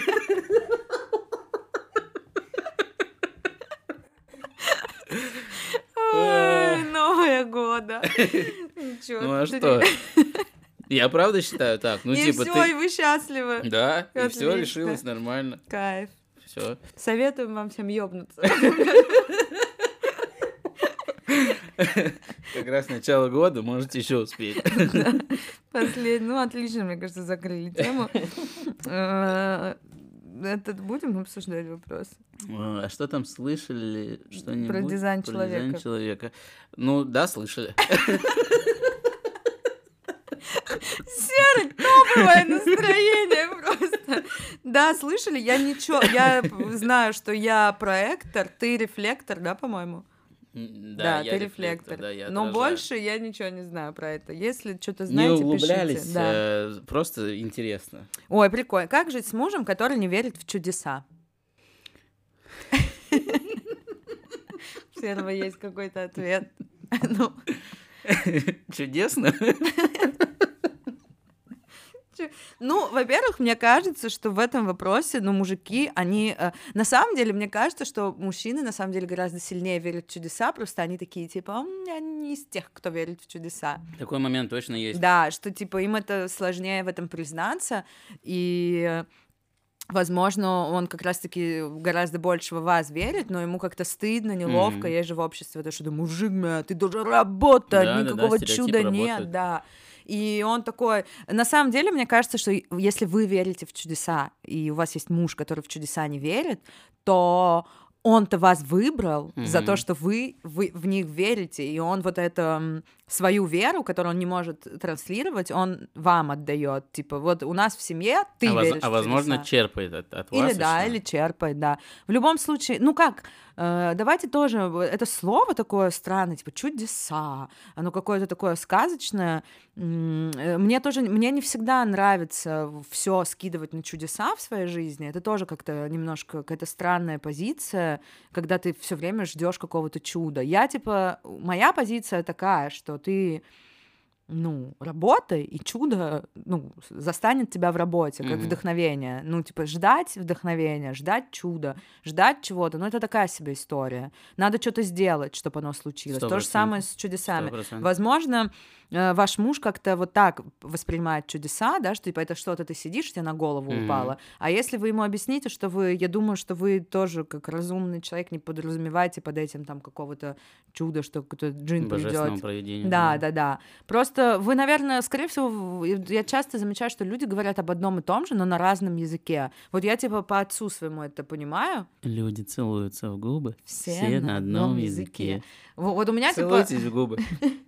Ой, Нового года. Ну а что? Я правда считаю так. И все, и вы счастливы. Да, и все решилось нормально. Кайф. Все. Советуем вам всем ёбнуться. Как раз начало года, можете еще успеть. Последний. Отлично, мне кажется, закрыли тему. Будем обсуждать вопрос? А что там слышали? Что-нибудь? Про дизайн человека. Ну, да, слышали. Серый, топовое настроение просто. Да, слышали? Я знаю, что я проектор, ты рефлектор, да, по-моему? Да, ты рефлектор. Да, я но отражаю. Больше я ничего не знаю про это. Если что-то знаете, не углублялись, пишите. Да. Просто интересно. Ой, прикольно. Как жить с мужем, который не верит в чудеса? У Серого есть какой-то ответ. Чудесно. Во-первых, мне кажется, что в этом вопросе, мужики, они... на самом деле, мне кажется, что мужчины, на самом деле, гораздо сильнее верят в чудеса, просто они такие, типа, я не из тех, кто верит в чудеса. Такой момент точно есть. Да, что, типа, им это сложнее в этом признаться, и... Возможно, он как раз-таки гораздо больше в вас верит, но ему как-то стыдно, неловко. Есть же в обществе то, что мужик, ты должен работать, никакого чуда нет, да. И он такой... На самом деле, мне кажется, что если вы верите в чудеса, и у вас есть муж, который в чудеса не верит, то он-то вас выбрал за то, что вы в них верите, и он вот эту свою веру, которую он не может транслировать, он вам отдает. Типа, вот у нас в семье ты веришь в чудеса. Возможно, черпает от вас. Или черпает, да. В любом случае, давайте тоже, это слово такое странное, типа чудеса, оно какое-то такое сказочное. Мне не всегда нравится все скидывать на чудеса в своей жизни. Это тоже как-то немножко какая-то странная позиция, когда ты все время ждешь какого-то чуда. Моя позиция такая, что ты работай, и чудо, застанет тебя в работе, как вдохновение. Ждать вдохновения, ждать чуда, ждать чего-то, это такая себе история. Надо что-то сделать, чтобы оно случилось. 100%. То же самое с чудесами. 100%. Возможно, ваш муж как-то вот так воспринимает чудеса, да, что это что-то ты сидишь, тебе на голову упало. А если вы ему объясните, что я думаю, что вы тоже как разумный человек не подразумеваете под этим там какого-то чуда, что какой-то джин придёт. Провидения. Да. Просто вы, наверное, скорее всего, я часто замечаю, что люди говорят об одном и том же, но на разном языке. Вот я по отцу своему это понимаю. Люди целуются в губы, все на одном языке. Вот у меня Целуйтесь в губы.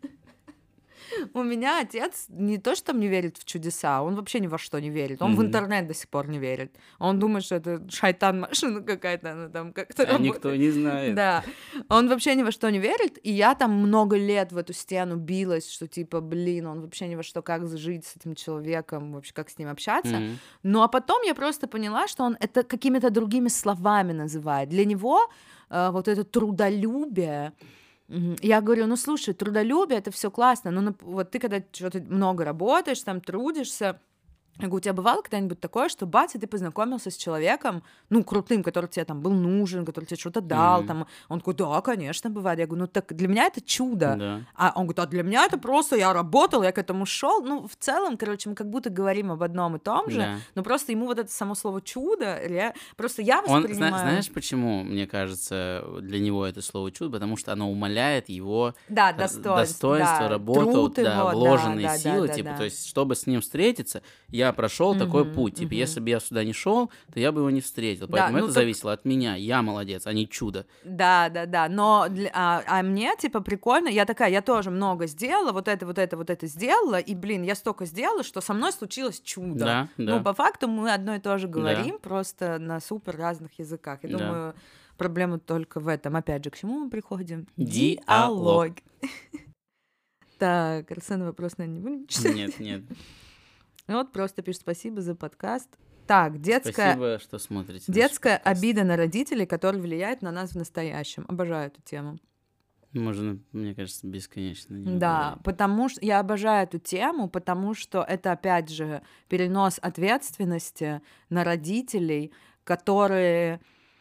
У меня отец не то, что не верит в чудеса, он вообще ни во что не верит. Он в интернет до сих пор не верит. Он думает, что это шайтан-машина какая-то, она там как-то работает. Никто не знает. Да. Он вообще ни во что не верит, и я там много лет в эту стену билась, что типа, он вообще ни во что, как жить с этим человеком, вообще как с ним общаться. Ну а потом я просто поняла, что он это какими-то другими словами называет. Для него вот это трудолюбие. Я говорю, слушай, трудолюбие — это все классно, вот ты когда что-то много работаешь, там трудишься, Я говорю, у тебя бывало когда-нибудь такое, что бац, и ты познакомился с человеком, ну, крутым, который тебе там был нужен, который тебе что-то дал, там, он такой, да, конечно, бывает. Я говорю, ну, так для меня это чудо. Да. А он говорит, а для меня это просто, я работал, я к этому шел. Ну, в целом, короче, мы как будто говорим об одном и том же, Да. но просто ему вот это само слово чудо, просто я Он, воспринимаю... знаешь, почему, мне кажется, для него это слово чудо? Потому что оно умаляет его Да, достоинство, да, работу, труд да, его, вложенные да, силы, да, типа, да. то есть, чтобы с ним встретиться, я прошел такой путь, типа, если бы я сюда не шел, то я бы его не встретил, поэтому ну, это зависело от меня, я молодец, а не чудо. Да, но мне, типа, прикольно, я такая, я тоже много сделала, вот это сделала, и, блин, я столько сделала, что со мной случилось чудо. Да, Ну, да. по факту мы одно и то же говорим, Да. просто на супер разных языках. Я Да. думаю, проблема только в этом. Опять же, к чему мы приходим? Диалог. Так, Арсен, вопрос, наверное, не будем читать? Нет. Вот просто пишет спасибо за подкаст. Так, Спасибо, что смотрите. детская наш подкаст. обида на родителей, которая влияет на нас в настоящем. Обожаю эту тему. Можно, мне кажется, бесконечно. не Да, говорить. потому что я обожаю эту тему, потому что это, опять же, перенос ответственности на родителей, которые...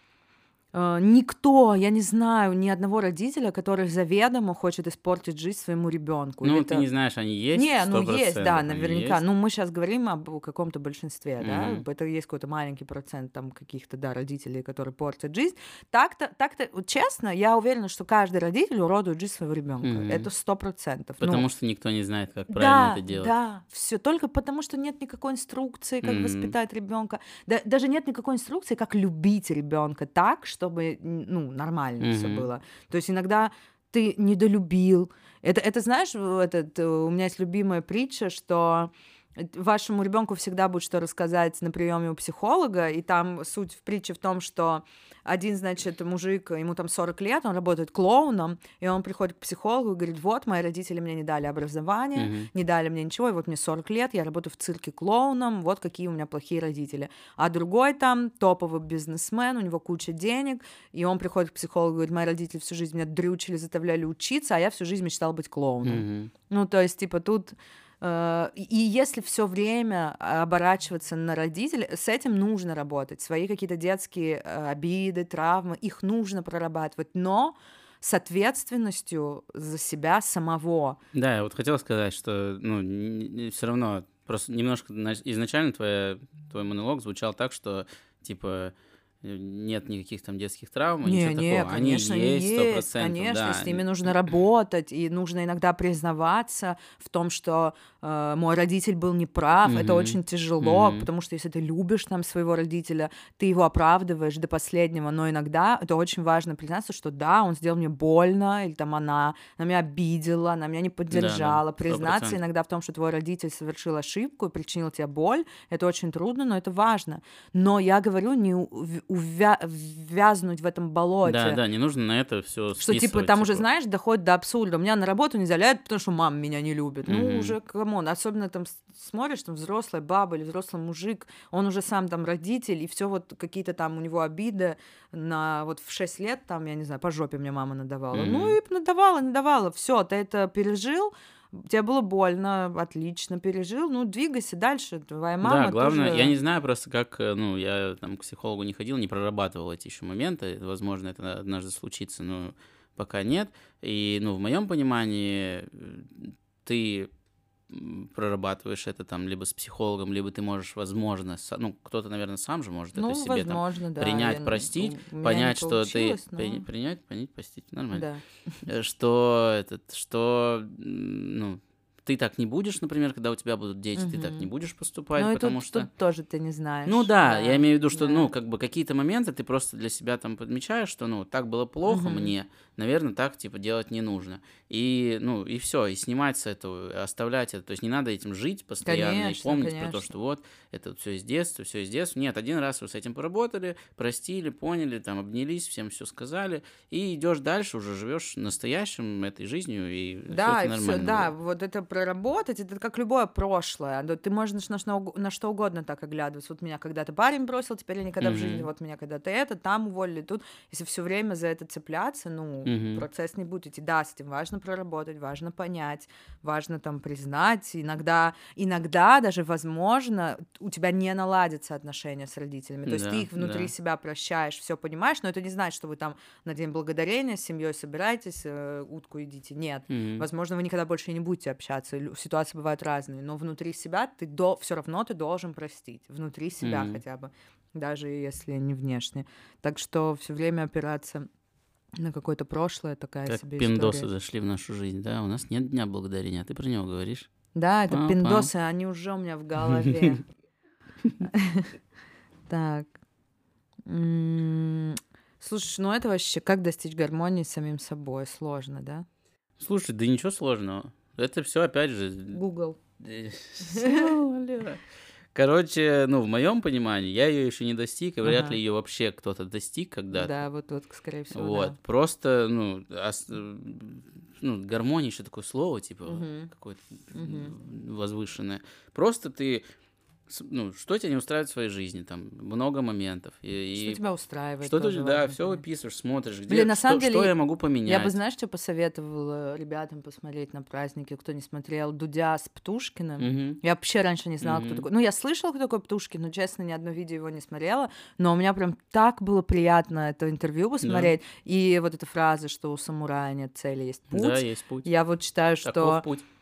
Никто, я не знаю ни одного родителя, который заведомо хочет испортить жизнь своему ребенку. Ну, ты не знаешь, они есть. Не, ну 100% есть, да, они наверняка. есть. Ну, мы сейчас говорим об каком-то большинстве, Мгм. да. Это есть какой-то маленький процент там каких-то, да, родителей, которые портят жизнь. Так-то, вот честно, я уверена, что каждый родитель уродует жизнь своего ребенка. Мгм. Это 100%. Потому что никто не знает, как правильно это делать. Да, все только потому, что нет никакой инструкции, как воспитать ребенка. Даже нет никакой инструкции, как любить ребенка так, чтобы, ну, нормально все Мгм. было. То есть иногда ты недолюбил. Это знаешь, у меня есть любимая притча, что вашему ребенку всегда будет что рассказать на приеме у психолога, и там суть в притче в том, что один, значит, мужик, ему там 40 лет, он работает клоуном, и он приходит к психологу и говорит, вот, мои родители мне не дали образование, не дали мне ничего, и вот мне 40 лет, я работаю в цирке клоуном, вот какие у меня плохие родители. А другой там топовый бизнесмен, у него куча денег, и он приходит к психологу и говорит, мои родители всю жизнь меня дрючили, заставляли учиться, а я всю жизнь мечтал быть клоуном. Ну, то есть, типа, тут... И если все время оборачиваться на родителей, с этим нужно работать. Свои какие-то детские обиды, травмы, их нужно прорабатывать, но с ответственностью за себя самого. Да, я вот хотел сказать, что, ну, все равно, просто немножко изначально твой монолог звучал так, что, типа, нет никаких там детских травм, ничего такого. Конечно, Они есть, 100%, конечно, да. с ними нужно работать, и нужно иногда признаваться в том, что мой родитель был неправ, это очень тяжело, потому что если ты любишь там своего родителя, ты его оправдываешь до последнего, но иногда это очень важно признаться, что да, он сделал мне больно, или там она меня обидела, она меня не поддержала, признаться 100%. иногда в том, что твой родитель совершил ошибку и причинил тебе боль, это очень трудно, но это важно. Но я говорю, не ввязнуть в этом болоте. Да, не нужно на это все Что, типа, там уже, знаешь, доходит до абсурда. У меня на работу не заляют, потому что мама меня не любит. Ну, уже, камон. Особенно там смотришь, там взрослая баба или взрослый мужик, он уже сам там родитель, и все вот какие-то там у него обиды на вот в 6 лет, там, я не знаю, по жопе мне мама надавала. Ну, и надавала. Все, ты это пережил, тебе было больно, отлично пережил, ну, двигайся дальше, твоя мама Да, главное, тоже... я не знаю просто, как, ну, я там к психологу не ходил, не прорабатывал эти еще моменты, возможно, это однажды случится, но пока нет. И, ну, в моем понимании, ты прорабатываешь это там либо с психологом, либо ты можешь, возможно, ну, кто-то, наверное, сам же может это себе возможно, там да. принять, простить, У меня понять, не что ты... получилось, но... Принять, простить, нормально. Да. Что, ну, ты так не будешь, например, когда у тебя будут дети, ты так не будешь поступать, Ну, и потому тут что... тоже ты не знаешь. Ну да, я имею в виду, что, да. ну, как бы какие-то моменты ты просто для себя там подмечаешь, что, ну, так было плохо мне, наверное, так, типа, делать не нужно. И, ну, и все, и снимать с этого, оставлять это. То есть не надо этим жить постоянно Конечно, и помнить про то, конечно. что вот, это все из детства, все из детства. Нет, один раз вы с этим поработали, простили, поняли, там, обнялись, всем все сказали, и идешь дальше, уже живешь настоящим этой жизнью, и Да, всё и нормально. все, да, будет. вот это проработать, это как любое прошлое. Ты можешь на что угодно так оглядываться. Вот меня когда-то парень бросил, теперь я никогда в жизни, вот меня когда-то это, там уволили, тут. Если все время за это цепляться, процесс не будет идти. Да, с этим важно проработать, важно понять, важно там признать. Иногда даже, возможно, у тебя не наладятся отношения с родителями. То есть ты их внутри себя прощаешь, все понимаешь, но это не значит, что вы там на День Благодарения с семьей собираетесь, утку едите. Нет. Возможно, вы никогда больше не будете общаться. Ситуации бывают разные, но внутри себя все равно ты должен простить. Внутри себя хотя бы, даже если не внешне. Так что все время опираться на какое-то прошлое, такая как себе пиндосы история. зашли в нашу жизнь, да? У нас нет Дня Благодарения, а ты про него говоришь. Да, это пиндосы, они уже у меня в голове. Так. Слушай, ну это вообще как достичь гармонии с самим собой? Сложно, да? Слушай, да ничего сложного. Это все опять же... Google. Валера. Короче, в моем понимании, я ее еще не достиг, и вряд ли ее вообще кто-то достиг когда-то. Да, вот, скорее всего, вот. да. Просто, гармония еще такое слово, типа, какое-то возвышенное. Просто ты, что тебя не устраивает в своей жизни, там, много моментов. Что тебя устраивает? Что ты, да, все выписываешь, смотришь, где, Блин, на самом деле, что я могу поменять. Я бы, знаешь, что посоветовала ребятам посмотреть на праздники, кто не смотрел, Дудя с Птушкиным. Я вообще раньше не знала, кто такой. Ну, я слышала, кто такой Птушкин, но, честно, ни одно видео его не смотрела, но у меня прям так было приятно это интервью посмотреть, и вот эта фраза, что у самурая нет цели, есть путь. Да, есть путь. Я вот считаю, что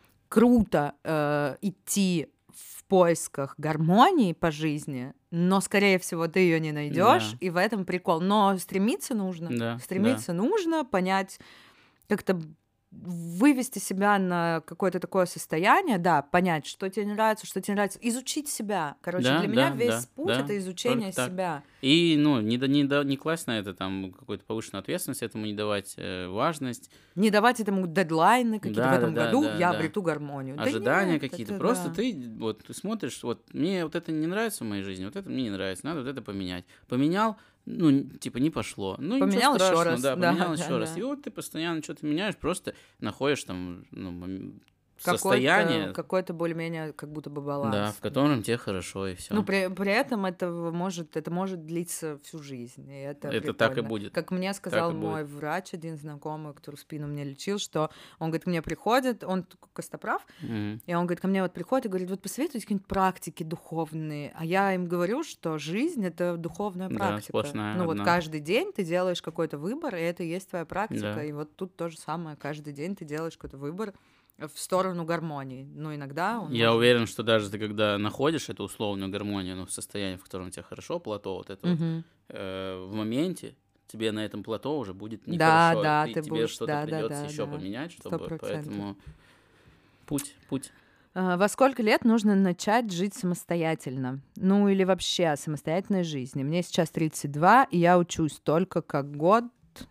круто идти в поисках гармонии по жизни, но, скорее всего, ты ее не найдешь, и в этом прикол. Но стремиться нужно. Нужно понять, как-то вывести себя на какое-то такое состояние, да, понять, что тебе нравится, что тебе нравится, изучить себя. Короче, для меня весь путь — это изучение себя. И, не класть на это там какую-то повышенную ответственность, этому не давать важность. Не давать этому дедлайны какие-то в этом году, я обрету гармонию. Ожидания какие-то. Просто ты смотришь, мне вот это не нравится в моей жизни, вот это мне не нравится, надо вот это поменять. Поменял, не пошло. Поменял еще раз. Поменял еще раз. И вот ты постоянно что-то меняешь, просто находишь там состояние. Какой-то более-менее как будто бы баланс. Да, в котором тебе хорошо, и все. Ну, при этом это может длиться всю жизнь. И это так и будет. Как мне сказал мой врач, один знакомый, который спину мне лечил, что он говорит, ко мне приходит, он костоправ, и он говорит, ко мне вот приходит и говорит, вот посоветуйте какие-нибудь практики духовные. А я им говорю, что жизнь — это духовная практика. Сплошная вот каждый день ты делаешь какой-то выбор, и это и есть твоя практика. И вот тут то же самое. Каждый день ты делаешь какой-то выбор в сторону гармонии. Но иногда я уверен, что даже ты, когда находишь эту условную гармонию, в состоянии, в котором тебе хорошо, плато вот это в моменте, тебе на этом плато уже будет нехорошо. Да, тебе что-то придется еще поменять, чтобы 100%. Поэтому путь. Во сколько лет нужно начать жить самостоятельно? Ну, или вообще о самостоятельной жизни? Мне сейчас 32, и я учусь только как год.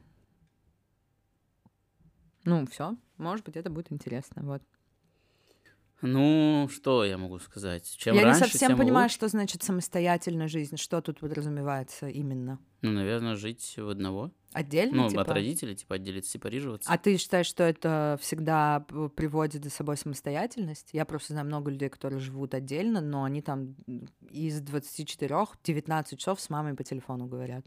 Все. Может быть, это будет интересно. Вот. Что я могу сказать? Чем я раньше, не совсем тем понимаю, лучше. Что значит самостоятельная жизнь. Что тут подразумевается именно? Наверное, жить в одного. Отдельно, от родителей, отделиться, сепарироваться. А ты считаешь, что это всегда приводит за собой самостоятельность? Я просто знаю много людей, которые живут отдельно, но они там из 24 19 часов с мамой по телефону говорят.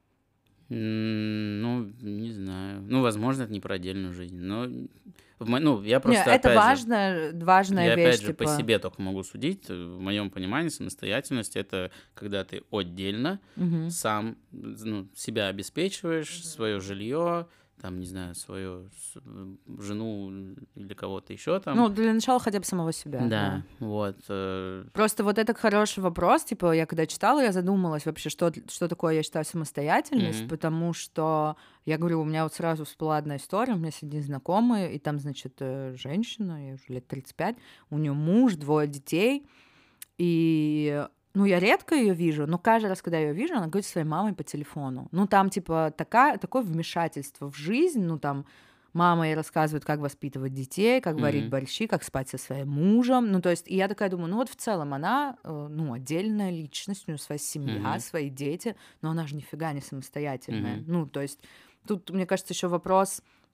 Не знаю. Возможно, это не про отдельную жизнь. Но я просто это важная вещь. Я по себе только могу судить. В моем понимании самостоятельность — это когда ты отдельно сам себя обеспечиваешь, свое жилье, там, не знаю, свою жену или кого-то еще там. Для начала хотя бы самого себя. Да, вот. Просто вот это хороший вопрос. Я когда читала, я задумалась вообще, что такое, я считаю, самостоятельность, потому что, я говорю, у меня вот сразу всплыла одна история, у меня сидит знакомый, и там, значит, женщина, ей уже лет 35, у нее муж, 2 детей, и... я редко ее вижу, но каждый раз, когда я ее вижу, она говорит со своей мамой по телефону. Там, такое вмешательство в жизнь, там, мама ей рассказывает, как воспитывать детей, как варить борщи, как спать со своим мужем. То есть, и я такая думаю, в целом она, отдельная личность, у нее своя семья, свои дети, но она же нифига не самостоятельная. То есть, тут, мне кажется, еще вопрос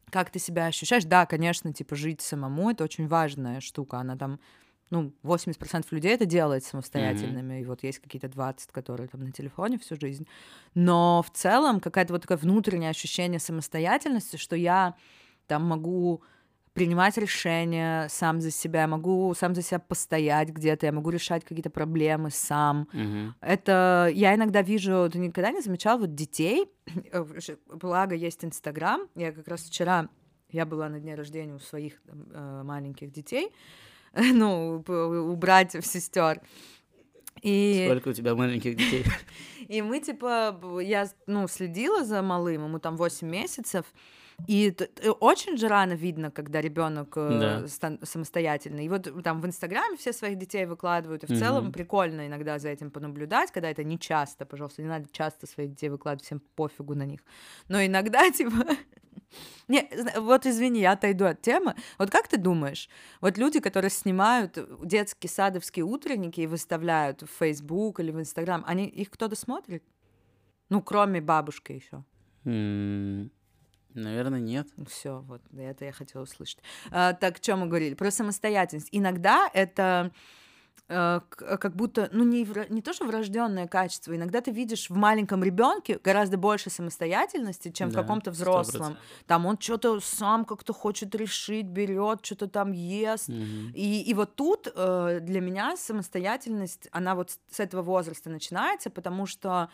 как ты себя ощущаешь. Да, конечно, типа жить самому — это очень важная штука. Она там, 80% людей это делает самостоятельными, и вот есть какие-то 20, которые там на телефоне всю жизнь. Но в целом какая-то вот такое внутреннее ощущение самостоятельности, что я там могу принимать решения сам за себя, я могу сам за себя постоять где-то, я могу решать какие-то проблемы сам. Это я иногда вижу, ты никогда не замечал вот детей, благо есть Инстаграм, я как раз вчера, я была на дне рождения у своих маленьких детей, у братьев, сестер. Сколько у тебя маленьких детей? И мы, я, следила за малым, ему там 8 месяцев, и очень же рано видно, когда ребенок самостоятельный. И вот там в Инстаграме все своих детей выкладывают, и в целом прикольно иногда за этим понаблюдать, когда это не часто, пожалуйста, не надо часто своих детей выкладывать, всем пофигу на них. Но иногда, Не, вот извини, я отойду от темы. Вот как ты думаешь, вот люди, которые снимают детские садовские утренники и выставляют в Facebook или в Instagram, их кто-то смотрит? Кроме бабушки еще. Наверное, нет. Все, вот это я хотела услышать. Так, о чем мы говорили? Про самостоятельность. Иногда это как будто, не то, что врожденное качество, иногда ты видишь в маленьком ребенке гораздо больше самостоятельности, чем в каком-то взрослом. 100%. Там он что-то сам как-то хочет решить, берет, что-то там ест. И вот тут для меня самостоятельность, она вот с этого возраста начинается, потому что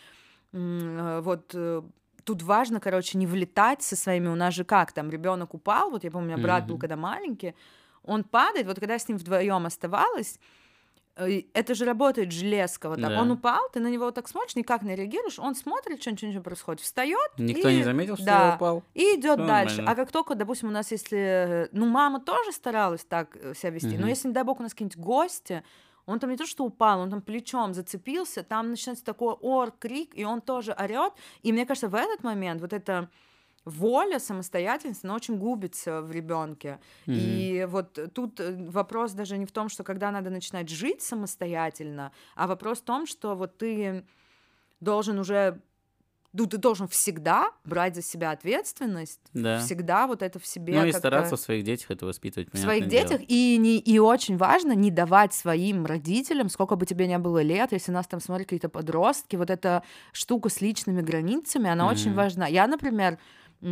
тут важно, не влетать со своими, у нас же как, там ребенок упал, вот я помню, у меня брат был когда маленький, он падает, вот когда я с ним вдвоем оставалась, это же работает железка, вот так. Да. Он упал, ты на него вот так смотришь, никак не реагируешь, он смотрит, что ничего не происходит, встает. Никто не заметил, что я упал. И идет дальше. А как только, допустим, у нас, если. Мама тоже старалась так себя вести, но если, не дай бог, у нас какие-нибудь гости, он там не то, что упал, он там плечом зацепился, там начинается такой ор, крик, и он тоже орет. И мне кажется, в этот момент вот это. Воля, самостоятельность, она очень губится в ребенке. И вот тут вопрос даже не в том, что когда надо начинать жить самостоятельно, а вопрос в том, что вот ты должен уже, ты должен всегда брать за себя ответственность, всегда вот это в себе. И стараться в своих детях это воспитывать. В своих детях, и очень важно не давать своим родителям, сколько бы тебе ни было лет, если нас там смотрят какие-то подростки, вот эта штука с личными границами, она очень важна. Я, например, у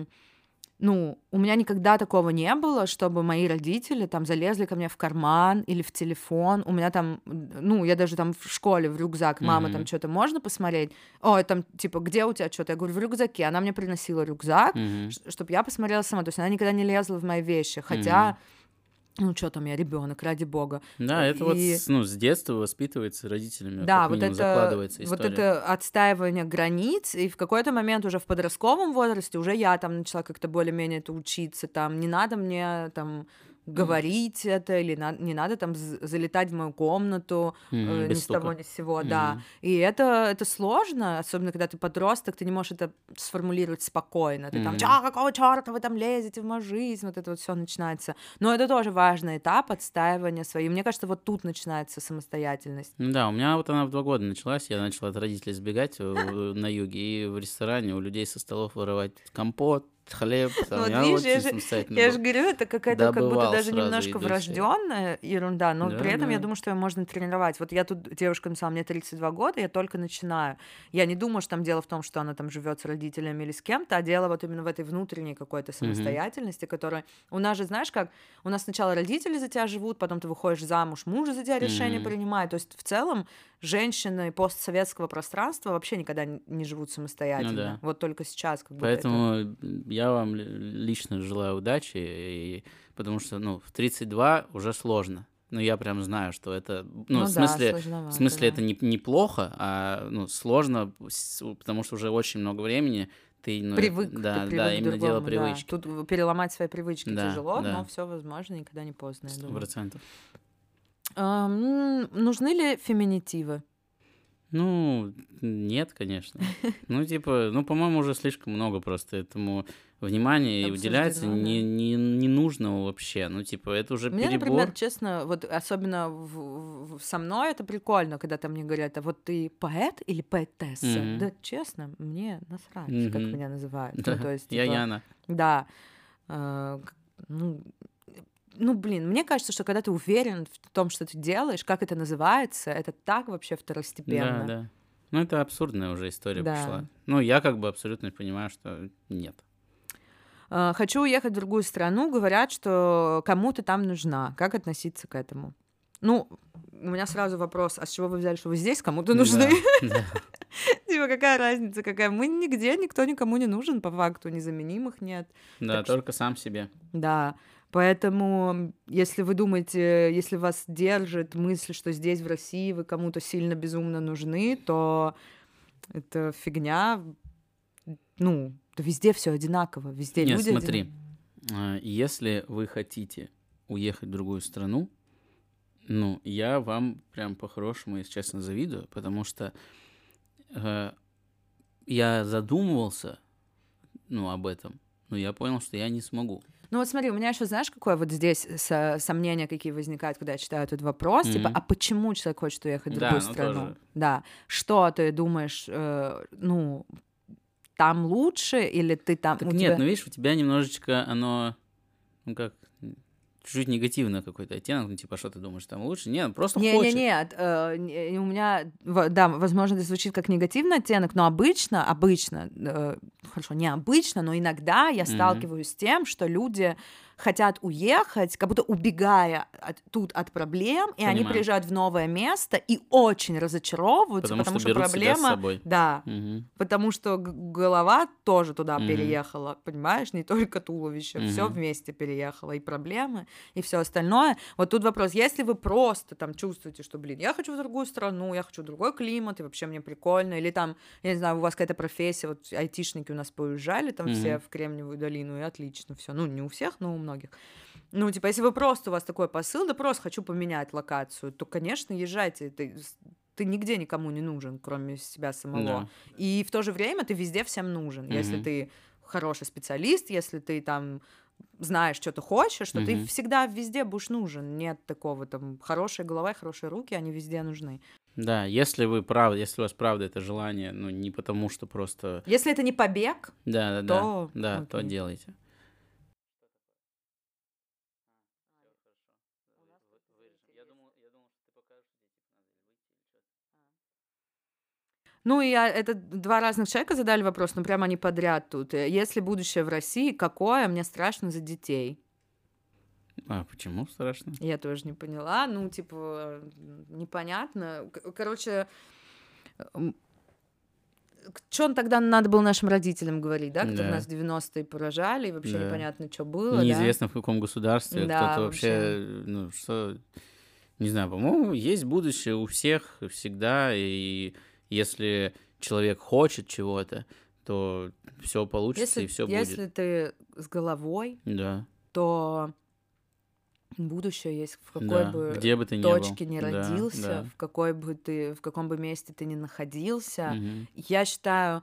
меня никогда такого не было, чтобы мои родители там залезли ко мне в карман или в телефон. У меня там, я даже там в школе в рюкзак, мама, там что-то можно посмотреть? Ой, там, где у тебя что-то? Я говорю, в рюкзаке. Она мне приносила рюкзак, чтобы я посмотрела сама. То есть она никогда не лезла в мои вещи, хотя... что там, я ребенок, ради бога. Да, это с детства воспитывается родителями, да, как минимум закладывается история. Вот это отстаивание границ, и в какой-то момент уже в подростковом возрасте уже я там начала как-то более-менее это учиться, там, не надо мне там говорить это, или не надо там залетать в мою комнату ни с того ни с сего, да. И это сложно, особенно когда ты подросток, ты не можешь это сформулировать спокойно. Ты там, какого чёрта вы там лезете в мою жизнь, вот это вот все начинается. Но это тоже важный этап отстаивания своей. Мне кажется, вот тут начинается самостоятельность. Да, у меня вот она в 2 года началась, я начала от родителей сбегать на юге и в ресторане у людей со столов воровать компот, хлеб, там, я же говорю, это какая-то как будто даже немножко врожденная ерунда, но при этом я думаю, что ее можно тренировать. Вот я тут, девушка написала, мне 32 года, я только начинаю. Я не думаю, что там дело в том, что она там живет с родителями или с кем-то, а дело вот именно в этой внутренней какой-то самостоятельности, которая... У нас же, знаешь как, у нас сначала родители за тебя живут, потом ты выходишь замуж, муж за тебя решение принимает. То есть в целом женщины постсоветского пространства вообще никогда не живут самостоятельно. Вот только сейчас как бы. Поэтому я вам лично желаю удачи, потому что, в 32 уже сложно. Я прям знаю, что это, в смысле это неплохо, а, сложно, потому что уже очень много времени ты, привык, да, ты да, именно дело привычки. Да. Тут переломать свои привычки тяжело, но все возможно, никогда не поздно. 100%. Нужны ли феминитивы? Нет, конечно. По-моему, уже слишком много просто этому внимания и уделяется ненужного вообще. Это уже мне, перебор. Например, честно, вот особенно со мной это прикольно, когда там мне говорят, а вот ты поэт или поэтесса? Да, честно, мне насрать, как меня называют. Да, То есть, я Яна. Да. Ну, блин, мне кажется, что когда ты уверен в том, что ты делаешь, как это называется, это так вообще второстепенно. Да. Ну, это абсурдная уже история Да. пошла. Ну, я как бы абсолютно понимаю, что нет. Хочу уехать в другую страну, говорят, что кому-то там нужна. Как относиться к этому? Ну, у меня сразу вопрос, а с чего вы взяли, что вы здесь кому-то нужны? Да. Типа, какая разница, какая? Мы нигде, никто никому не нужен, по факту, незаменимых нет. Да, Так что- только сам себе. Да, поэтому, если вы думаете, если вас держит мысль, что здесь, в России, вы кому-то сильно безумно нужны, то это фигня. Ну, да везде все одинаково, везде Нет, люди смотри, если вы хотите уехать в другую страну, ну, я вам прям по-хорошему, если честно, завидую, потому что я задумывался, ну, об этом, но я понял, что я не смогу. Ну вот смотри, у меня еще, знаешь, какое вот здесь сомнения какие возникают, когда я читаю этот вопрос, типа, а почему человек хочет уехать в другую страну? Тоже. Да, что ты думаешь, ну, там лучше, или ты там... Так нет, ну видишь, у тебя немножечко оно, ну как, чуть-чуть негативно какой-то оттенок, ну типа, что ты думаешь, там лучше? Нет, просто хочет. Нет, у меня, да, возможно, это звучит как негативный оттенок, но обычно, хорошо, не обычно, но иногда я сталкиваюсь с тем, что люди хотят уехать, как будто убегая тут от проблем, и они приезжают в новое место и очень разочаровываются, потому что проблема... Себя с собой. Да, потому что голова тоже туда переехала, понимаешь, не только туловище, все вместе переехало, и проблемы, и все остальное. Вот тут вопрос, если вы просто там чувствуете, что, блин, я хочу в другую страну, я хочу другой климат, и вообще мне прикольно, или там, я не знаю, у вас какая-то профессия, вот айтишники у нас поуезжали там все в Кремниевую долину, и отлично все, ну, не у всех, но у многих. Ну, типа, если вы просто, у вас такой посыл, да просто хочу поменять локацию, то, конечно, езжайте, ты нигде никому не нужен, кроме себя самого. Да. И в то же время ты везде всем нужен. Если ты хороший специалист, если ты там знаешь, что ты хочешь, что ты всегда везде будешь нужен. Нет такого там хорошая голова и хорошие руки, они везде нужны. Да, если у вас правда это желание, ну, не потому что просто... Если это не побег, то делайте. Ну, и это два разных человека задали вопрос, но прямо они подряд тут. Если будущее в России, какое? Мне страшно за детей. А почему страшно? Я тоже не поняла. Ну, типа, непонятно. Короче, что тогда надо было нашим родителям говорить, да? Которые нас в 90-е поражали, и вообще непонятно, что было, неизвестно, в каком государстве, да, кто-то вообще, ну, что... Не знаю, по-моему, есть будущее у всех всегда, и если человек хочет чего-то, то все получится и все будет. Если ты с головой, то будущее есть в какой бы где бы ты точке не ни родился, в каком бы месте ты ни находился. Я считаю,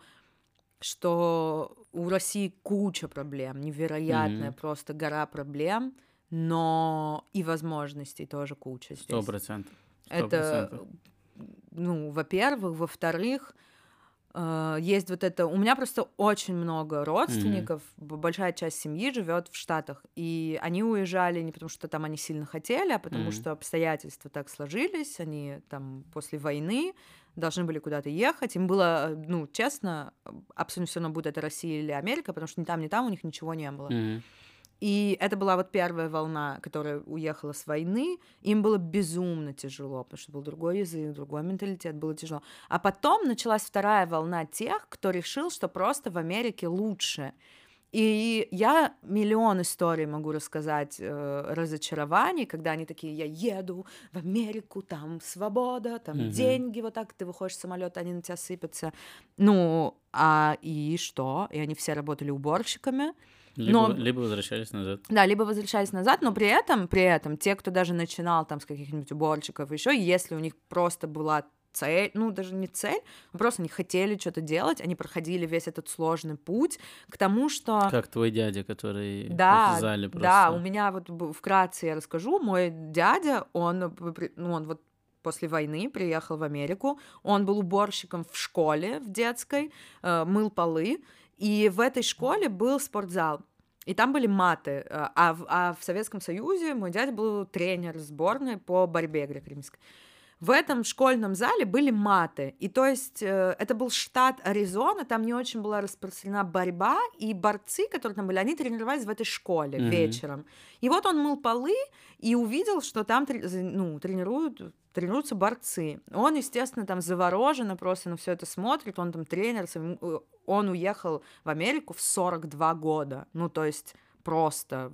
что у России куча проблем, невероятная просто гора проблем, но и возможностей тоже куча здесь. 100%. Это, ну, во-первых. Во-вторых, есть вот это... У меня просто очень много родственников, большая часть семьи живет в Штатах, и они уезжали не потому, что там они сильно хотели, а потому что обстоятельства так сложились, они там после войны должны были куда-то ехать, им было, ну, честно, абсолютно все равно, будет это Россия или Америка, потому что ни там у них ничего не было. И это была вот первая волна, которая уехала с войны. Им было безумно тяжело, потому что был другой язык, другой менталитет, было тяжело. А потом началась вторая волна тех, кто решил, что просто в Америке лучше. И я миллион историй могу рассказать разочарований, когда они такие: я еду в Америку, там свобода, там деньги, вот так ты выходишь с самолета, они на тебя сыпятся. Ну, и что? И они все работали уборщиками. Либо возвращались назад. Да, либо возвращались назад, но при этом те, кто даже начинал там с каких-нибудь уборщиков еще, если у них просто была цель, ну, даже не цель, просто они хотели что-то делать, они проходили весь этот сложный путь к тому, что... Как твой дядя, который в зале просто... Да, у меня вот вкратце я расскажу, мой дядя, он вот после войны приехал в Америку, он был уборщиком в школе в детской, мыл полы, и в этой школе был спортзал. И там были маты. А в Советском Союзе мой дядя был тренер сборной по борьбе греко-римской. В этом школьном зале были маты. И то есть это был штат Аризона, там не очень была распространена борьба, и борцы, которые там были, они тренировались в этой школе вечером. И вот он мыл полы и увидел, что там тренируются борцы. Он, естественно, там завороженно просто на все это смотрит, он там тренер, он уехал в Америку в 42 года. Ну, то есть просто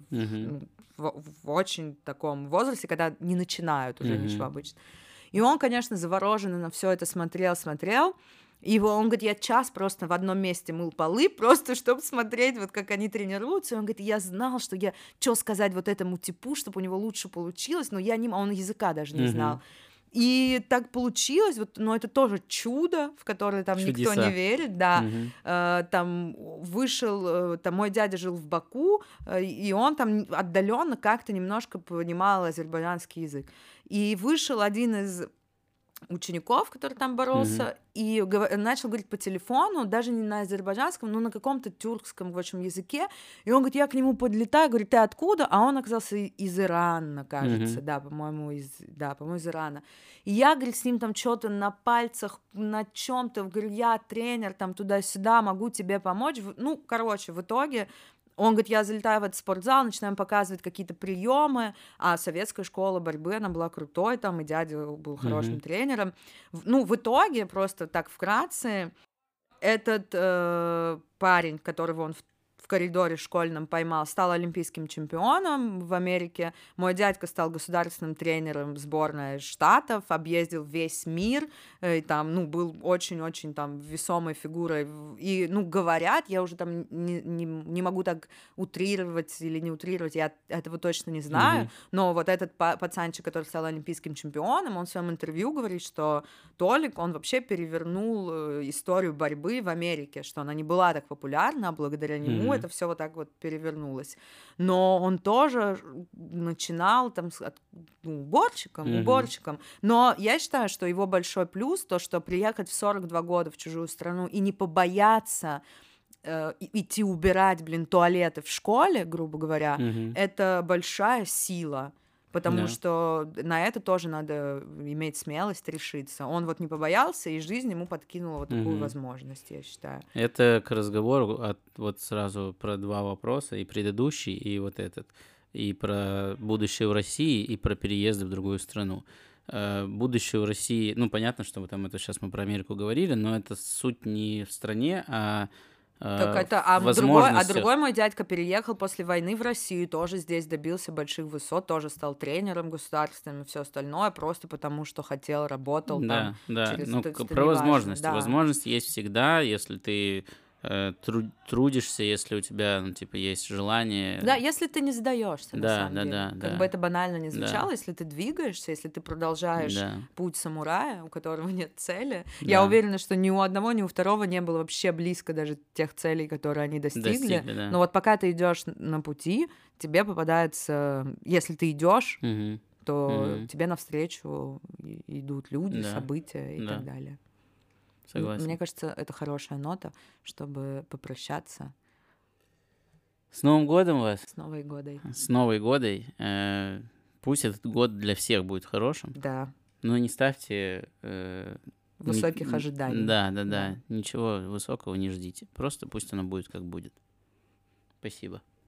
в очень таком возрасте, когда не начинают уже ничего обычно. И он, конечно, завороженно на все это смотрел. И он говорит, я час просто в одном месте мыл полы, просто чтобы смотреть, вот как они тренируются. И он говорит, я знал, что сказать вот этому типу, чтобы у него лучше получилось, но он языка даже не знал. И так получилось, но это тоже чудо, в которое там никто не верит, да. Там вышел, там мой дядя жил в Баку, и он там отдаленно как-то немножко понимал азербайджанский язык. И вышел один из учеников, который там боролся, и начал говорить по телефону, даже не на азербайджанском, но на каком-то тюркском, в общем, языке. И он говорит, я к нему подлетаю, говорит, ты откуда? А он оказался из Ирана, кажется, да, по-моему, из Ирана. И я, говорит, с ним там что-то на пальцах, на чем-то, говорю, я тренер, там туда-сюда, могу тебе помочь. Ну, короче, в итоге он говорит, я залетаю в этот спортзал, начинаем показывать какие-то приемы, а советская школа борьбы, она была крутой, там и дядя был хорошим тренером. Ну, в итоге, просто так вкратце, этот парень, которого он в коридоре школьном поймал, стал олимпийским чемпионом в Америке. Мой дядька стал государственным тренером сборной Штатов, объездил весь мир, и там, был очень-очень там весомой фигурой. И, говорят, я уже там не могу так утрировать или не утрировать, я этого точно не знаю, но вот этот пацанчик, который стал олимпийским чемпионом, он в своем интервью говорит, что Толик, он вообще перевернул историю борьбы в Америке, что она не была так популярна, а благодаря нему это все вот так вот перевернулось. Но он тоже начинал там уборщиком. Но я считаю, что его большой плюс, то, что приехать в 42 года в чужую страну и не побояться идти убирать, туалеты в школе, грубо говоря, это большая сила. Потому что на это тоже надо иметь смелость решиться. Он вот не побоялся, и жизнь ему подкинула вот такую возможность, я считаю. Это к разговору вот сразу про два вопроса, и предыдущий, и вот этот. И про будущее в России, и про переезды в другую страну. Будущее в России, понятно, что это сейчас мы про Америку говорили, но это суть не в стране, а другой мой дядька переехал после войны в Россию, тоже здесь добился больших высот, тоже стал тренером государственным и все остальное, просто потому что хотел, работал там. Да, про возможности. Да. Возможности есть всегда, если ты трудишься, если у тебя, есть желание. Да, если ты не сдаешься, на самом деле. Да. Как бы это банально не звучало, если ты двигаешься, если ты продолжаешь путь самурая, у которого нет цели. Да. Я уверена, что ни у одного, ни у второго не было вообще близко даже тех целей, которые они достигли. Да. Но вот пока ты идешь на пути, тебе попадается, если ты идешь, то тебе навстречу идут люди, события и так далее. Согласен. Мне кажется, это хорошая нота, чтобы попрощаться. С Новым годом вас! С Новой годой! С Новой годой! Пусть этот год для всех будет хорошим. Да. Но не ставьте... высоких ожиданий. Да. Ничего высокого не ждите. Просто пусть оно будет, как будет. Спасибо.